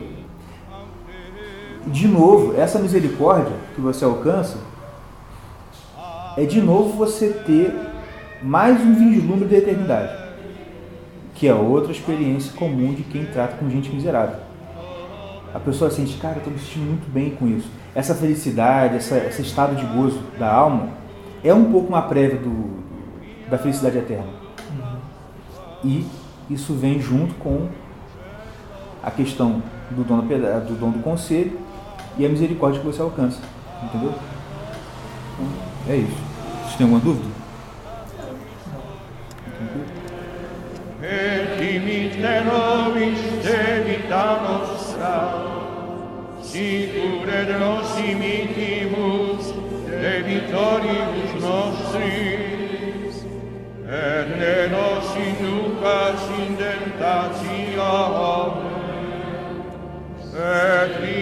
De novo, essa misericórdia que você alcança é de novo você ter mais um vislumbre da eternidade, que é outra experiência comum de quem trata com gente miserável. A pessoa sente, cara, eu estou me sentindo muito bem com isso. Essa felicidade, esse estado de gozo da alma é um pouco uma prévia da felicidade eterna. E isso vem junto com a questão do dom do conselho e a misericórdia que você alcança. Entendeu? Então, é isso. Vocês têm alguma dúvida? Sicure nos imitimus de vitoribus nostris, et ne nos inducas in tentationem, et